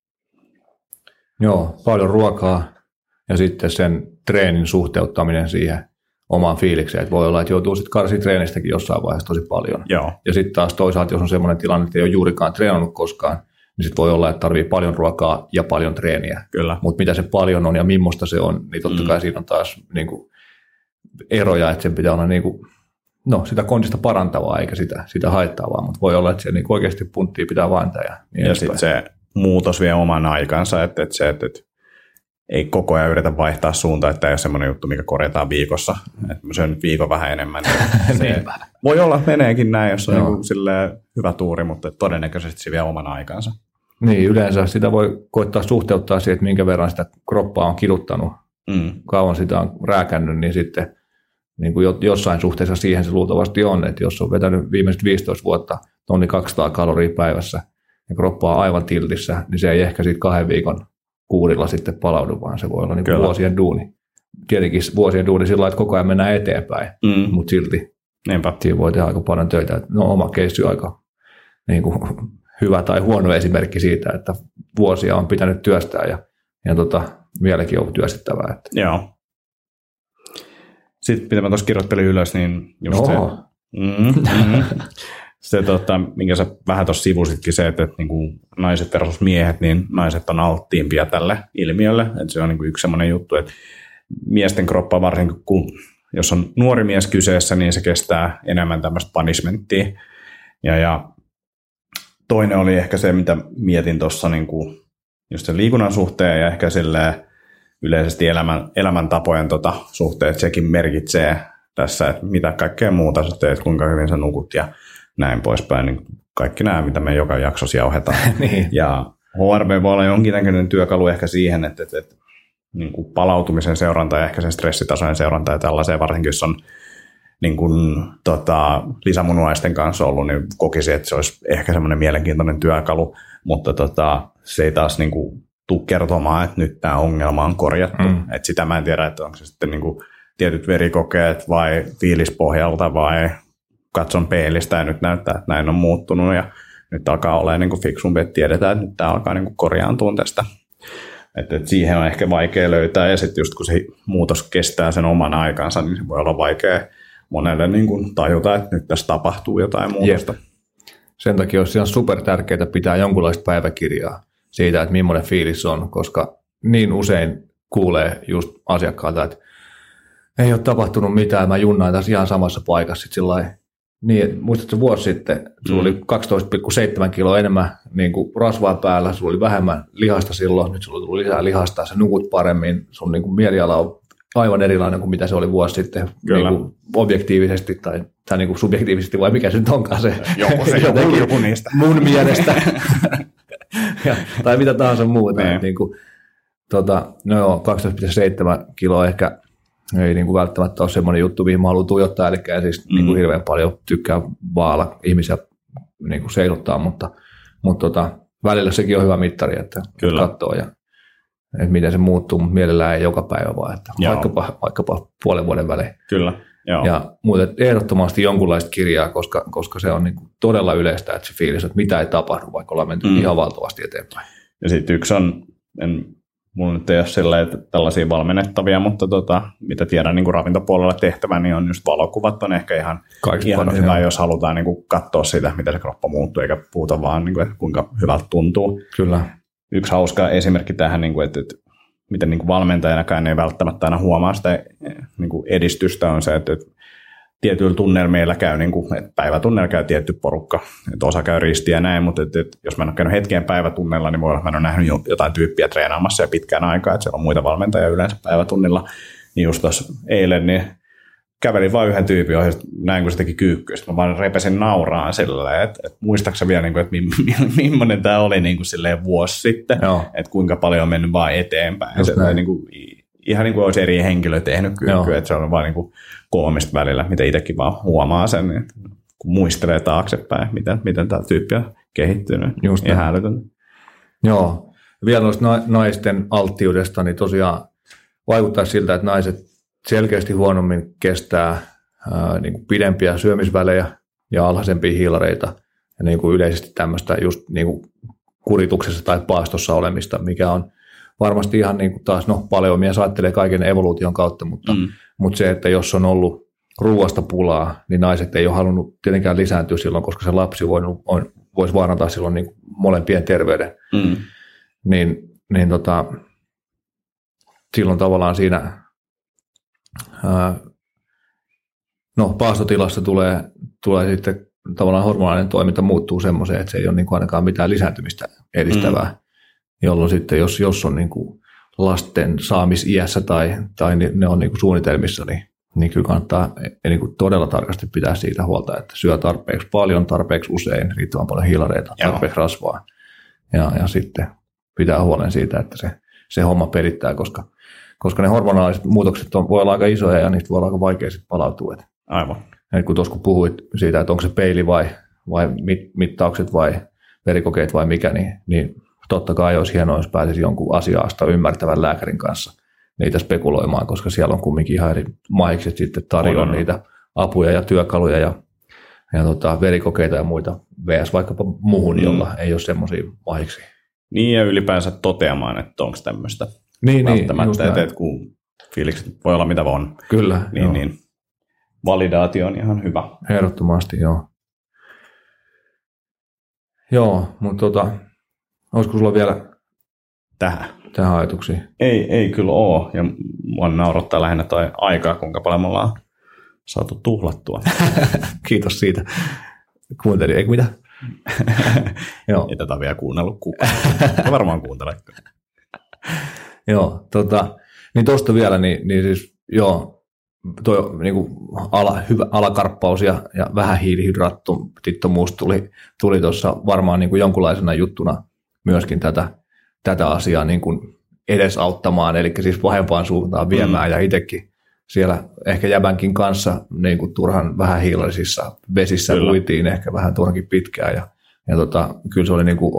Joo, paljon ruokaa ja sitten sen treenin suhteuttaminen siihen omaan fiilikseen. Että voi olla, että joutuu sitten karsiin treenistäkin jossain vaiheessa tosi paljon. Joo. Ja sitten taas toisaalta, jos on semmoinen tilanne, että ei ole juurikaan treenannut koskaan, niin sitten voi olla, että tarvii paljon ruokaa ja paljon treeniä. Kyllä. Mutta mitä se paljon on ja millaista se on, niin totta kai siinä on taas niin kuin eroja, että sen pitää olla niin kuin, sitä kondista parantavaa eikä sitä haittaavaa, mutta voi olla, että se niin oikeasti punttia pitää vääntää. Ja sitten se muutos vie oman aikansa, että ei koko ajan yritä vaihtaa suuntaa, että ei ole semmoinen juttu, mikä korjataan viikossa. Että mä syön nyt viikon vähän enemmän. Voi olla, että meneekin näin, jos on niin hyvä tuuri, mutta todennäköisesti se vie oman aikansa. Niin, yleensä sitä voi koittaa suhteuttaa siihen, että minkä verran sitä kroppaa on kiduttanut, kauan sitä on rääkännyt, niin sitten niin kuin jossain suhteessa siihen se luultavasti on, että jos on vetänyt viimeiset 15 vuotta 1200 kaloria päivässä ja kroppa on aivan tiltissä, niin se ei ehkä siitä 2 viikon kuurilla sitten palaudu, vaan se voi olla niin kuin vuosien duuni. Tietenkin vuosien duuni sillä lailla, että koko ajan mennään eteenpäin, mutta silti siinä voi tehdä aika paljon töitä. No oma keissi on aika niin kuin hyvä tai huono esimerkki siitä, että vuosia on pitänyt työstää ja vieläkin on työstettävää. Että. Joo. Sitten mitä mä tuossa kirjoittelin ylös, niin just se minkä sä vähän tuossa sivusitkin se, että niin kuin naiset versus miehet, niin naiset on alttiimpia tälle ilmiölle. Että se on niin kuin yksi semmoinen juttu, että miesten kroppa varsinkin, jos on nuori mies kyseessä, niin se kestää enemmän tämmöistä punishmenttia. Ja toinen oli ehkä se, mitä mietin tuossa niin kuin just sen liikunnan suhteen ja ehkä silleen yleisesti elämäntapojen suhteen, että sekin merkitsee tässä, että mitä kaikkea muuta sä teet, kuinka hyvin sä nukut ja näin poispäin. Niin kaikki nämä, mitä me joka jaksossa jauhetaan. Niin. Ja HRV voi olla jonkinnäköinen työkalu ehkä siihen, että niin kuin palautumisen seuranta ja ehkä sen stressitasojen seuranta ja tällaiseen, varsinkin jos on niin kuin, lisämunuaisten kanssa ollut, niin kokisin, että se olisi ehkä semmoinen mielenkiintoinen työkalu, mutta se ei taas niin kuin tule kertomaan, että nyt tämä ongelma on korjattu. Että sitä mä en tiedä, että onko se sitten niin kuin tietyt verikokeet vai fiilispohjalta vai katson peilistä ja nyt näyttää, että näin on muuttunut ja nyt alkaa olla niin kuin fiksumpi, että tiedetään, että nyt tämä alkaa niin kuin korjaantua tästä. Että siihen on ehkä vaikea löytää ja sitten just kun se muutos kestää sen oman aikansa, niin se voi olla vaikea monelle niin kuin tajuta, että nyt tässä tapahtuu jotain muutosta. Sen takia olisi ihan super tärkeää pitää jonkunlaista päiväkirjaa siitä, että millainen fiilis on, koska niin usein kuulee just asiakkaalta, että ei ole tapahtunut mitään, mä junnaan tässä ihan samassa paikassa. Sitten sillai, niin, muistatko vuosi sitten, sulla oli 12,7 kiloa enemmän niin kuin rasvaa päällä, sulla oli vähemmän lihasta silloin, nyt sulla tuli lisää lihasta, sä nukut paremmin, sun niin kuin mieliala on aivan erilainen kuin mitä se oli vuosi sitten niin kuin objektiivisesti tai niin kuin subjektiivisesti vai mikä se nyt onkaan se. Joku niistä. Mun mielestä. Tai mitä tahansa muuta. Niin kuin, 12,7 kiloa ehkä ei niin kuin välttämättä ole semmoinen juttu, mihin mä haluan tuijottaa, eli siis niin kuin hirveän paljon tykkää vaalla ihmisiä niin kuin seilottaa, mutta välillä sekin on hyvä mittari, että katsoo ja että miten se muuttuu, mutta mielellään ei joka päivä vaan, että vaikkapa puolen vuoden välein. Kyllä. Joo. Ja muuten ehdottomasti jonkunlaista kirjaa, koska se on niin kuin todella yleistä, että se fiilis, että mitä ei tapahdu, vaikka ollaan menty ihan valtavasti eteenpäin. Ja sitten yksi on, mulla nyt ei ole silleen, että tällaisia valmennettavia, mutta mitä tiedän niin kuin ravintopuolella tehtävä, niin on just valokuvat on ehkä ihan hyvä, jos halutaan niin kuin katsoa sitä, miten se kroppa muuttuu, eikä puhuta vaan, niin kuin, että kuinka hyvältä tuntuu. Kyllä. Yksi hauska esimerkki tähän, niin kuin, että miten niin kuin valmentajanakaan ei välttämättä aina huomaa sitä niin kuin edistystä, on se, että tietyillä tunneilla meillä käy, niin kuin, että päivätunnella käy tietty porukka, että osa käy ristiä ja näin, mutta että jos mä en ole käynyt hetkeen päivätunnella, niin voi olla, että mä en ole nähnyt jotain tyyppiä treenaamassa ja pitkään aikaa, että siellä on muita valmentajia yleensä päivätunnilla, niin just tuossa eilen, niin kävelin vain yhden tyypin ohi, näin kun se teki kyykkyä, mä vaan repesin nauraan sillä, että muistaaksä vielä, että millainen tämä oli niin kuin silleen vuosi sitten, että kuinka paljon on mennyt vaan eteenpäin. Se, niin kuin, ihan niin kuin olisi eri henkilö tehnyt kyykkyä, että se on vaan niin kuin koomista välillä, mitä itsekin vaan huomaa sen, että kun muistelee taaksepäin, miten tämä tyyppi on kehittynyt. Just ihan älytön. Joo, vielä noista naisten alttiudesta, niin tosiaan vaikuttaa siltä, että naiset selkeästi huonommin kestää niin kuin pidempiä syömisvälejä ja alhaisempia hiilareita ja niin kuin yleisesti tämmöistä just niin kuin kurituksessa tai paastossa olemista, mikä on varmasti ihan niin kuin taas, paljon mies ajattelee kaiken evoluution kautta, mutta se, että jos on ollut ruoasta pulaa, niin naiset ei ole halunnut tietenkään lisääntyä silloin, koska se lapsi voisi vaarantaa silloin niin kuin molempien terveyden. Niin silloin tavallaan siinä paastotilassa tulee sitten tavallaan hormonaalinen toiminta muuttuu semmoiseen, että se ei ole niin kuin ainakaan mitään lisääntymistä edistävää, jolloin sitten jos on niin kuin lasten saamisiässä tai ne on niin kuin suunnitelmissa, niin kyllä kannattaa niin kuin todella tarkasti pitää siitä huolta, että syö tarpeeksi paljon, tarpeeksi usein, riittävän paljon hiilareita, tarpeeksi rasvaa ja sitten pitää huolen siitä, että se homma pelittää, koska ne hormonaaliset muutokset voi olla aika isoja ja niistä voi olla aika vaikea sitten palautua. Aivan. Eli kun tuossa puhuit siitä, että onko se peili vai mittaukset vai verikokeet vai mikä, niin totta kai olisi hienoa, jos pääsisi jonkun asiasta ymmärtävän lääkärin kanssa niitä spekuloimaan, koska siellä on kumminkin ihan eri mahikset sitten tarjoaa niitä apuja ja työkaluja ja verikokeita ja muita vs. vaikkapa muuhun, jolla ei ole semmoisia mahiksi. Niin ja ylipäänsä toteamaan, että onko tämmöistä välttämättä, että kun fiilikset voi olla mitä on. Kyllä. Niin validaatio on ihan hyvä. Ehdottomasti, joo. Joo, mutta olisiko sulla vielä tähän ajatuksia? Ei kyllä ole, ja mua naurattaa lähinnä toi aikaa, kuinka paljon me ollaan saatu tuhlattua. Kiitos siitä. Kuuntelin, eikö mitä? Joo. Ei tätä vielä kuunnellut kukaan. Mä varmaan kuuntelen. Joo, niin tuosta vielä, niin siis joo, tuo niinku hyvä alakarppaus ja vähän hiilihydraattittomuus tuli tuossa varmaan niinku jonkunlaisena juttuna myöskin tätä asiaa niinku edesauttamaan, eli siis pahempaan suuntaan viemään, ja itsekin siellä ehkä jäbänkin kanssa niinku turhan vähän hiilaisissa vesissä uitiin ehkä vähän turhankin pitkään, ja kyllä se oli niinku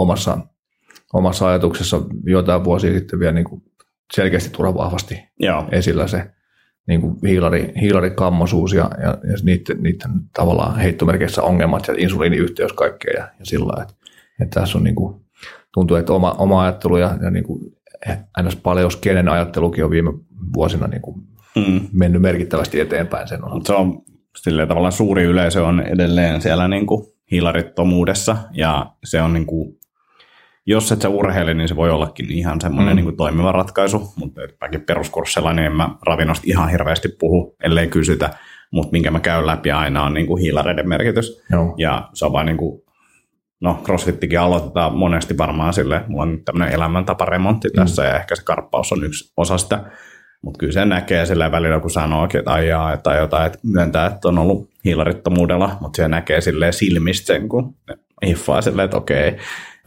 omassa ajatuksessa jotain vuosia sitten vielä niinku selkeästi turhan vahvasti esillä se niin kuin hiilarikammoisuus ja niiden tavallaan heittomerkeissä ongelmat ja insuliiniyhteys kaikkea ja sillä lailla, että tässä on niin kuin, tuntuu, että oma ajattelu ja niin kuin ns. Paleoskenen ajattelukin on viime vuosina niin kuin mennyt merkittävästi eteenpäin sen osalta. Se on silleen tavallaan suuri yleisö on edelleen siellä niin kuin hiilarittomuudessa ja se on niin kuin jos et sä urheile, niin se voi ollakin ihan semmoinen niin kuin toimiva ratkaisu, mutta mäkin peruskurssilla, niin en mä ravinnosta ihan hirveästi puhu, ellei kysytä, mutta minkä mä käyn läpi aina on niin kuin hiilareiden merkitys. Joo. Ja se on vaan niin kuin, crossfittikin aloitetaan monesti varmaan silleen, mulla on nyt tämmöinen elämäntaparemontti tässä ja ehkä se karppaus on yksi osa sitä, mutta kyllä se näkee silleen välillä, kun sanoo, että ajaa tai jotain, että myöntää, että on ollut hiilarittomuudella, mutta se näkee silleen silmistä sen, kun hiffaa silleen, että okei.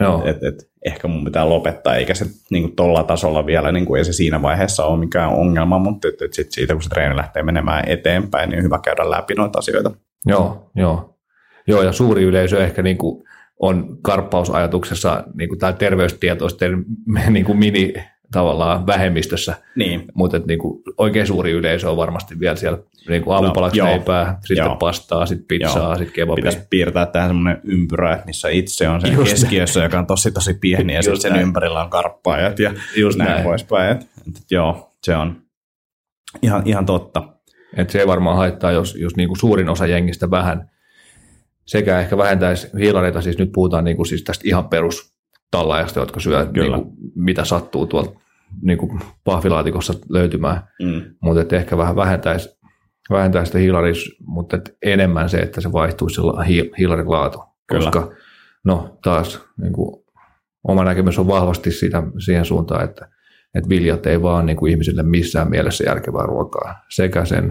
Et ehkä mun pitää lopettaa, eikä se niin tolla tasolla vielä, niin ei se siinä vaiheessa ole mikään ongelma, mutta sit siitä, kun se treeni lähtee menemään eteenpäin, niin on hyvä käydä läpi noita asioita. Joo, ja suuri yleisö ehkä niin kuin on karppausajatuksessa niin kuin terveystietoisten niin kuin mini tavallaan vähemmistössä, mutta niin kuin oikein suuri yleisö on varmasti vielä siellä niin kuin aamupalaksi leipää, sitten pastaa, sitten pizzaa, sitten kebabia. Pitäisi piirtää tähän semmoinen ympyrä, missä itse on sen keskiössä, joka on tosi pieni, ja sitten sen ympärillä on karppaajat ja näin poispäin. Joo, se on ihan totta. Et se ei varmaan haittaa, jos niin kuin suurin osa jengistä vähän sekä ehkä vähentäisi hiilareita, siis nyt puhutaan niin kuin siis tästä ihan perus tallaajasta, jotka syö niin kuin, mitä sattuu tuolta pahvilaatikossa löytymään, mutta ehkä vähän vähentäisi sitä hiilaris, mutta enemmän se, että se vaihtuisi sillä hiilarin laatu. Koska taas oma näkemys on vahvasti siihen suuntaan, että viljat ei vaan ihmisille missään mielessä järkevää ruokaa. Sekä sen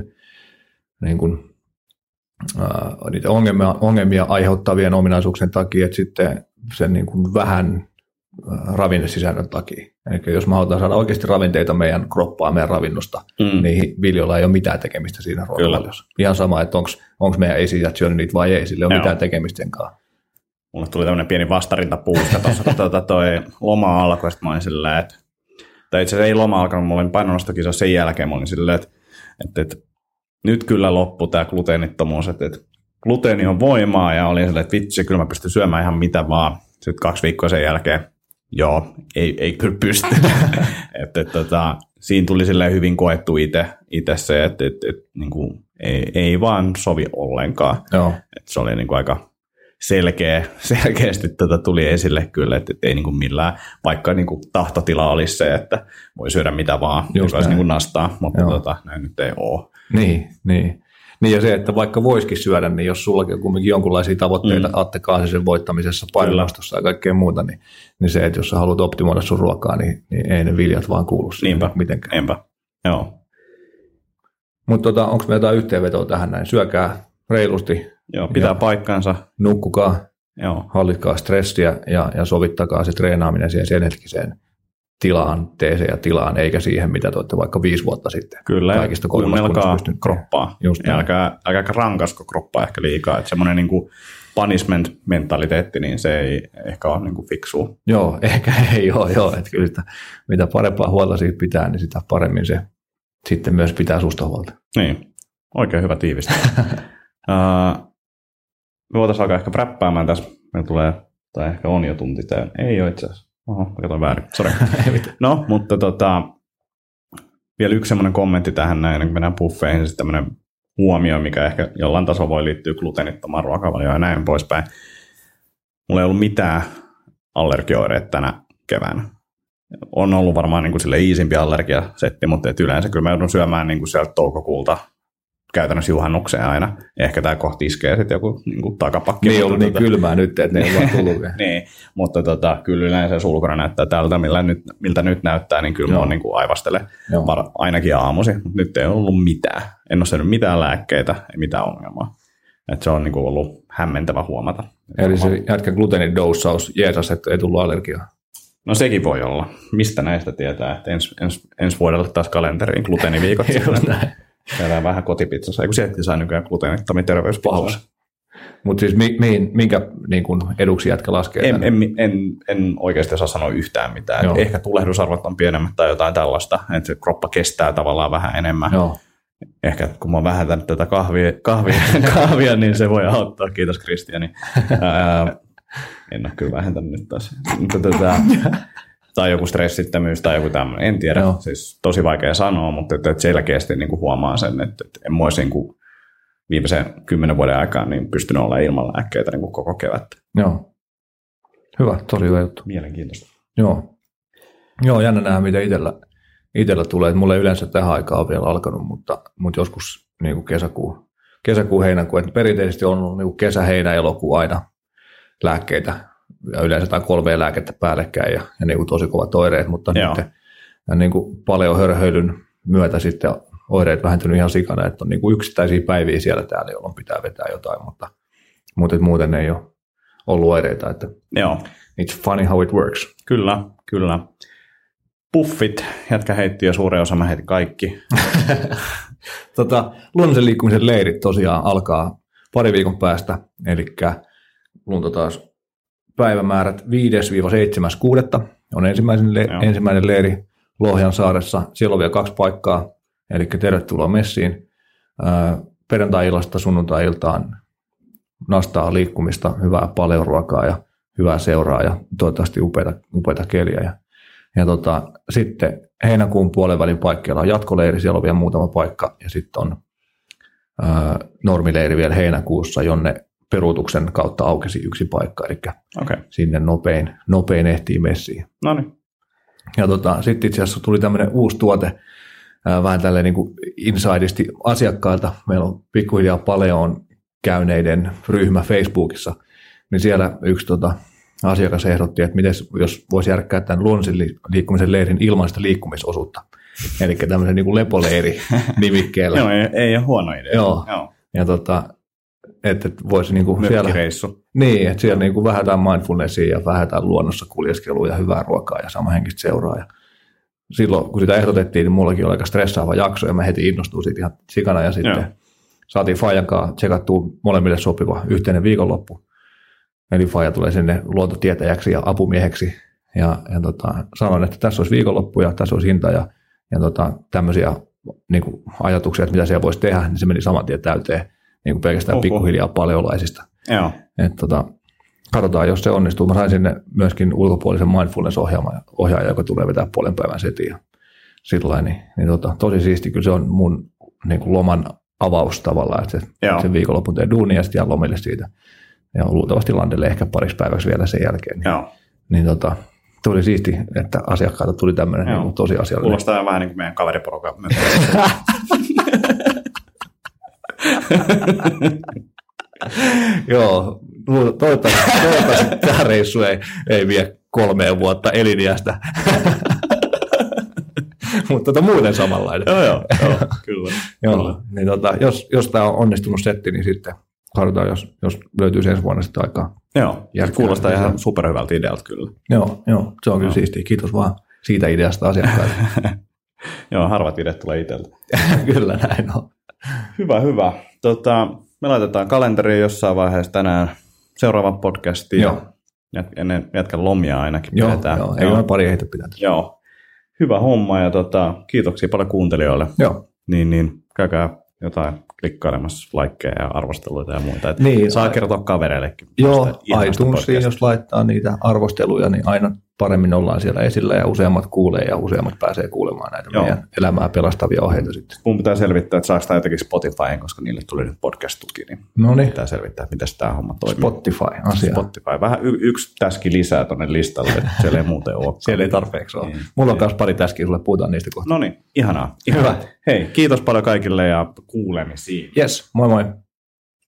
niitä ongelmia aiheuttavien ominaisuuksien takia, että sitten sen vähän ravinnesisännön takia. Eli jos me halutaan saada oikeasti ravinteita meidän kroppaan, meidän ravinnosta, niin viljoilla ei ole mitään tekemistä siinä ruokavaliossa. Ihan sama, että onko meidän esijät syönyt niitä vai ei, sillä ei ole mitään tekemistä senkaan. Mulle tuli tämmöinen pieni vastarintapuuska tuossa, toi loma alkoi, sitten mä olin silleen, tai itse asiassa ei loma alkanut, mulla oli painonnostokisa sen jälkeen, mä olin silleen, että nyt kyllä loppui tämä gluteenittomuus, että gluteeni on voimaa, ja olin silleen, että vitsi, kyllä mä pystyn syömään ihan mitä vaan. Sitten 2 viikkoa sen jälkeen, ei kyllä pysty. Siinä tuli silleen hyvin koettu itse se, että ei vaan sovi ollenkaan. Että se oli aika selkeästi tuli esille kyllä, että ei millään, vaikka tahtotila olisi se, että voi syödä mitä vaan, joka olisi nastaa, mutta näin nyt ei ole. Niin ja se, että vaikka voisikin syödä, niin jos sullakin on kuitenkin jonkinlaisia tavoitteita Atte Kaasisen voittamisessa, painonostossa ja kaikkea muuta, niin se, että jos sä haluat optimoida sun ruokaa, niin ei ne viljat vaan kuulu siihen mitenkään. Niinpä, joo. Mutta onko meillä jotain yhteenvetoa tähän näin? Syökää reilusti. Joo, pitää paikkansa. Nukkukaa, hallitkaa stressiä ja sovittakaa se treenaaminen siihen sen hetkiseen tilanteeseen ja tilaan, eikä siihen, mitä te olette vaikka 5 vuotta sitten. Kyllä, kuunnelkaa kroppaa. Ja älkää rankasko kroppaa ehkä liikaa. Että semmoinen punishment-mentaliteetti, niin se ei ehkä ole fiksua. Joo, ehkä ei ole. Joo. Että kyllä sitä, mitä parempaa huolta siitä pitää, niin sitä paremmin se sitten myös pitää susta huolta. Niin, oikein hyvä tiivistää. Me voitaisiin alkaa ehkä räppäämään tässä. Meillä tulee, tai ehkä on jo tunti täynnä. Ei ole itse asiassa. Oho, mä katsoin väärin. Sori. No, mutta vielä yksi semmoinen kommentti tähän näin, ennen kuin mennään buffeihin, siis tämmöinen huomio, mikä ehkä jollain tasolla voi liittyä gluteenittomaan ruokavalioon ja näin poispäin. Mulla ei ollut mitään allergioireita tänä keväänä. On ollut varmaan sille iisimpi allergiasetti, mutta yleensä kyllä mä joudun syömään sieltä toukokuulta käytännössä juhannukseen aina. Ehkä tämä kohti iskee sitten joku takapakki. Niin ollut niin kylmää nyt, että ne ei vaan tullut vielä. Niin, mutta kyllä yleensä sulkona näyttää tältä, miltä nyt näyttää, niin kyllä mä aivastele ainakin aamuisin. Mutta nyt ei ollut mitään. En ole syönyt mitään lääkkeitä, ei mitään ongelmaa. Että se on ollut hämmentävä huomata. Eli se jätkän gluteenidossaus jeesas, että ei tullut allergiaa. No sekin voi olla. Mistä näistä tietää, että ensi vuodelle taas kalenteriin gluteeniviikot. Käydään vähän kotipizzassa. Eiku sieltä saa nykyään gluteenittomia terveyspalveluja. Mutta siis minkä eduksi jätkä laskee? En oikeasti osaa sanoa yhtään mitään. Ehkä tulehdusarvot on pienemmät tai jotain tällaista, että se kroppa kestää tavallaan vähän enemmän. Joo. Ehkä kun mä oon vähentänyt tätä kahvia, niin se voi auttaa. Kiitos Kristiani. En ole kyllä vähentänyt nyt taas. Tai joku stressittömyys tai joku tämmöinen, en tiedä. Siis tosi vaikea sanoa, mutta selkeästi huomaa sen, että en mä olisi viimeisen 10 vuoden aikaan pystynyt olemaan ilman lääkkeitä koko kevättä. Joo. Hyvä, tosi hyvä juttu. Mielenkiintoista. Joo, jännä nähdä, mitä itsellä tulee. Mulla ei yleensä tähän aikaan ole vielä alkanut, mutta joskus kesäkuu, heinäkuu. Et perinteisesti on ollut kesä, heinä, elokuu aina lääkkeitä. Ja yleensä jotain 3 lääkettä päällekkäin ja tosi kovat oireet, mutta nyt paljon hörhöilyn myötä sitten oireet vähentynyt ihan sikana, että on yksittäisiä päiviä siellä täällä, jolloin pitää vetää jotain, mutta muuten ei ole ollut oireita, että it's funny how it works. Kyllä. Puffit, jätkä heitti ja suurin osa mä heitin kaikki. Luonnollisen liikkumisen leirit tosiaan alkaa 2 viikon päästä, eli taas päivämäärät 5-7.6. on ensimmäinen leiri Lohjan saaressa. Siellä on vielä 2 paikkaa, eli tervetuloa messiin. Perjantai-illasta sunnuntai-iltaan nastaa liikkumista, hyvää paleuruokaa ja hyvää seuraa ja toivottavasti upeita keliä. Ja sitten heinäkuun puolenvälin paikkeilla on jatkoleiri, siellä on vielä muutama paikka ja sitten on normileiri vielä heinäkuussa, jonne peruutuksen kautta aukesi 1 paikka, eli sinne nopein ehtii messiin. No niin. Ja sitten itse asiassa tuli tämmöinen uusi tuote, vähän tälleen niin kuin insaidisti asiakkailta. Meillä on pikkuhiljaa Paleoon käyneiden ryhmä Facebookissa, niin siellä yksi asiakas ehdotti, että miten jos voisi järkkää tämän luonnollisen liikkumisen leirin ilman sitä liikkumisosuutta. Eli tämmöisen niin kuin lepoleiri nimikkeellä. Joo, ei ole huono idea. Joo. Ja että voisi niinku siellä niin, että siellä niinku vähän jotain mindfulnessia ja vähän jotain luonnossa kuljeskelua ja hyvää ruokaa ja samahenkistä seuraa. Ja silloin, kun sitä ehdotettiin, niin mullakin oli aika stressaava jakso ja mä heti innostuin siitä ihan sikana ja sitten saatiin Fajan kanssa tsekattua molemmille sopiva yhteinen viikonloppu. Eli Faja tulee sinne luontotietäjäksi ja apumieheksi ja sanoin, että tässä olisi viikonloppu ja tässä olisi hinta ja tämmöisiä niin kuin ajatuksia, että mitä siellä voisi tehdä, niin se meni saman tien täyteen niin kuin pelkästään pikkuhiljaa paleolaisista. Joo. Katsotaan, jos se onnistuu. Mä sain sinne myöskin ulkopuolisen mindfulness-ohjaaja, joka tulee vetää puolen päivän setin. Niin tosi siisti, kyllä se on mun niin kuin loman avaus tavallaan, että sen viikonlopun teen duunia ja sitten jään lomille siitä. Ja luultavasti landelle ehkä pariksi päiväksi vielä sen jälkeen. Niin tuli siisti, että asiakkaalta tuli tämmöinen niin tosi asiallinen. Kuulostaa vähän niin kuin meidän kaveriporukan. Joo, toivottavasti tämä reissu ei vie 3 vuotta eliniästä. Mutta muuten samanlainen. Joo, kyllä. Joo, niin jos tämä on onnistunut setti, niin sitten katsotaan, jos löytyy ensi vuonna sitten aikaa. Joo, kuulostaa ihan superhyvältä idealta kyllä. Joo, se on kyllä siistiä. Kiitos vaan siitä ideasta asiakkaille. Joo, harvat ideat tulee itseltä. Kyllä näin on. Hyvä. Me laitetaan kalenteriin jossain vaiheessa tänään seuraavan podcastiin. Joo. Ennen jätkän lomia ainakin pidetään. Joo, ei ole pari heitä pitänyt. Joo. Hyvä homma ja kiitoksia paljon kuuntelijoille. Joo. Niin käykää jotain klikkailemassa likeja ja arvosteluita ja muita. Niin, saa kertoa kavereillekin. Joo, iTunesiin, jos laittaa niitä arvosteluja, niin aina paremmin ollaan siellä esillä ja useammat kuulee ja useammat pääsee kuulemaan näitä meidän elämää pelastavia ohjeita sitten. Mun pitää selvittää, että saako tämä jotenkin Spotifyin, koska niille tuli nyt podcast-tuki, niin pitää selvittää, että miten tämä homma toimii. Spotify-asia. Spotify. Vähän yksi täski lisää tuonne listalle, että siellä ei muuten ole. Siellä ei tarpeeksi ole. Mulla on myös pari täskiä, sulle puhutaan niistä kohta. No niin, ihanaa. Hyvä. Hei, kiitos paljon kaikille ja kuulemisiin. Yes, moi moi.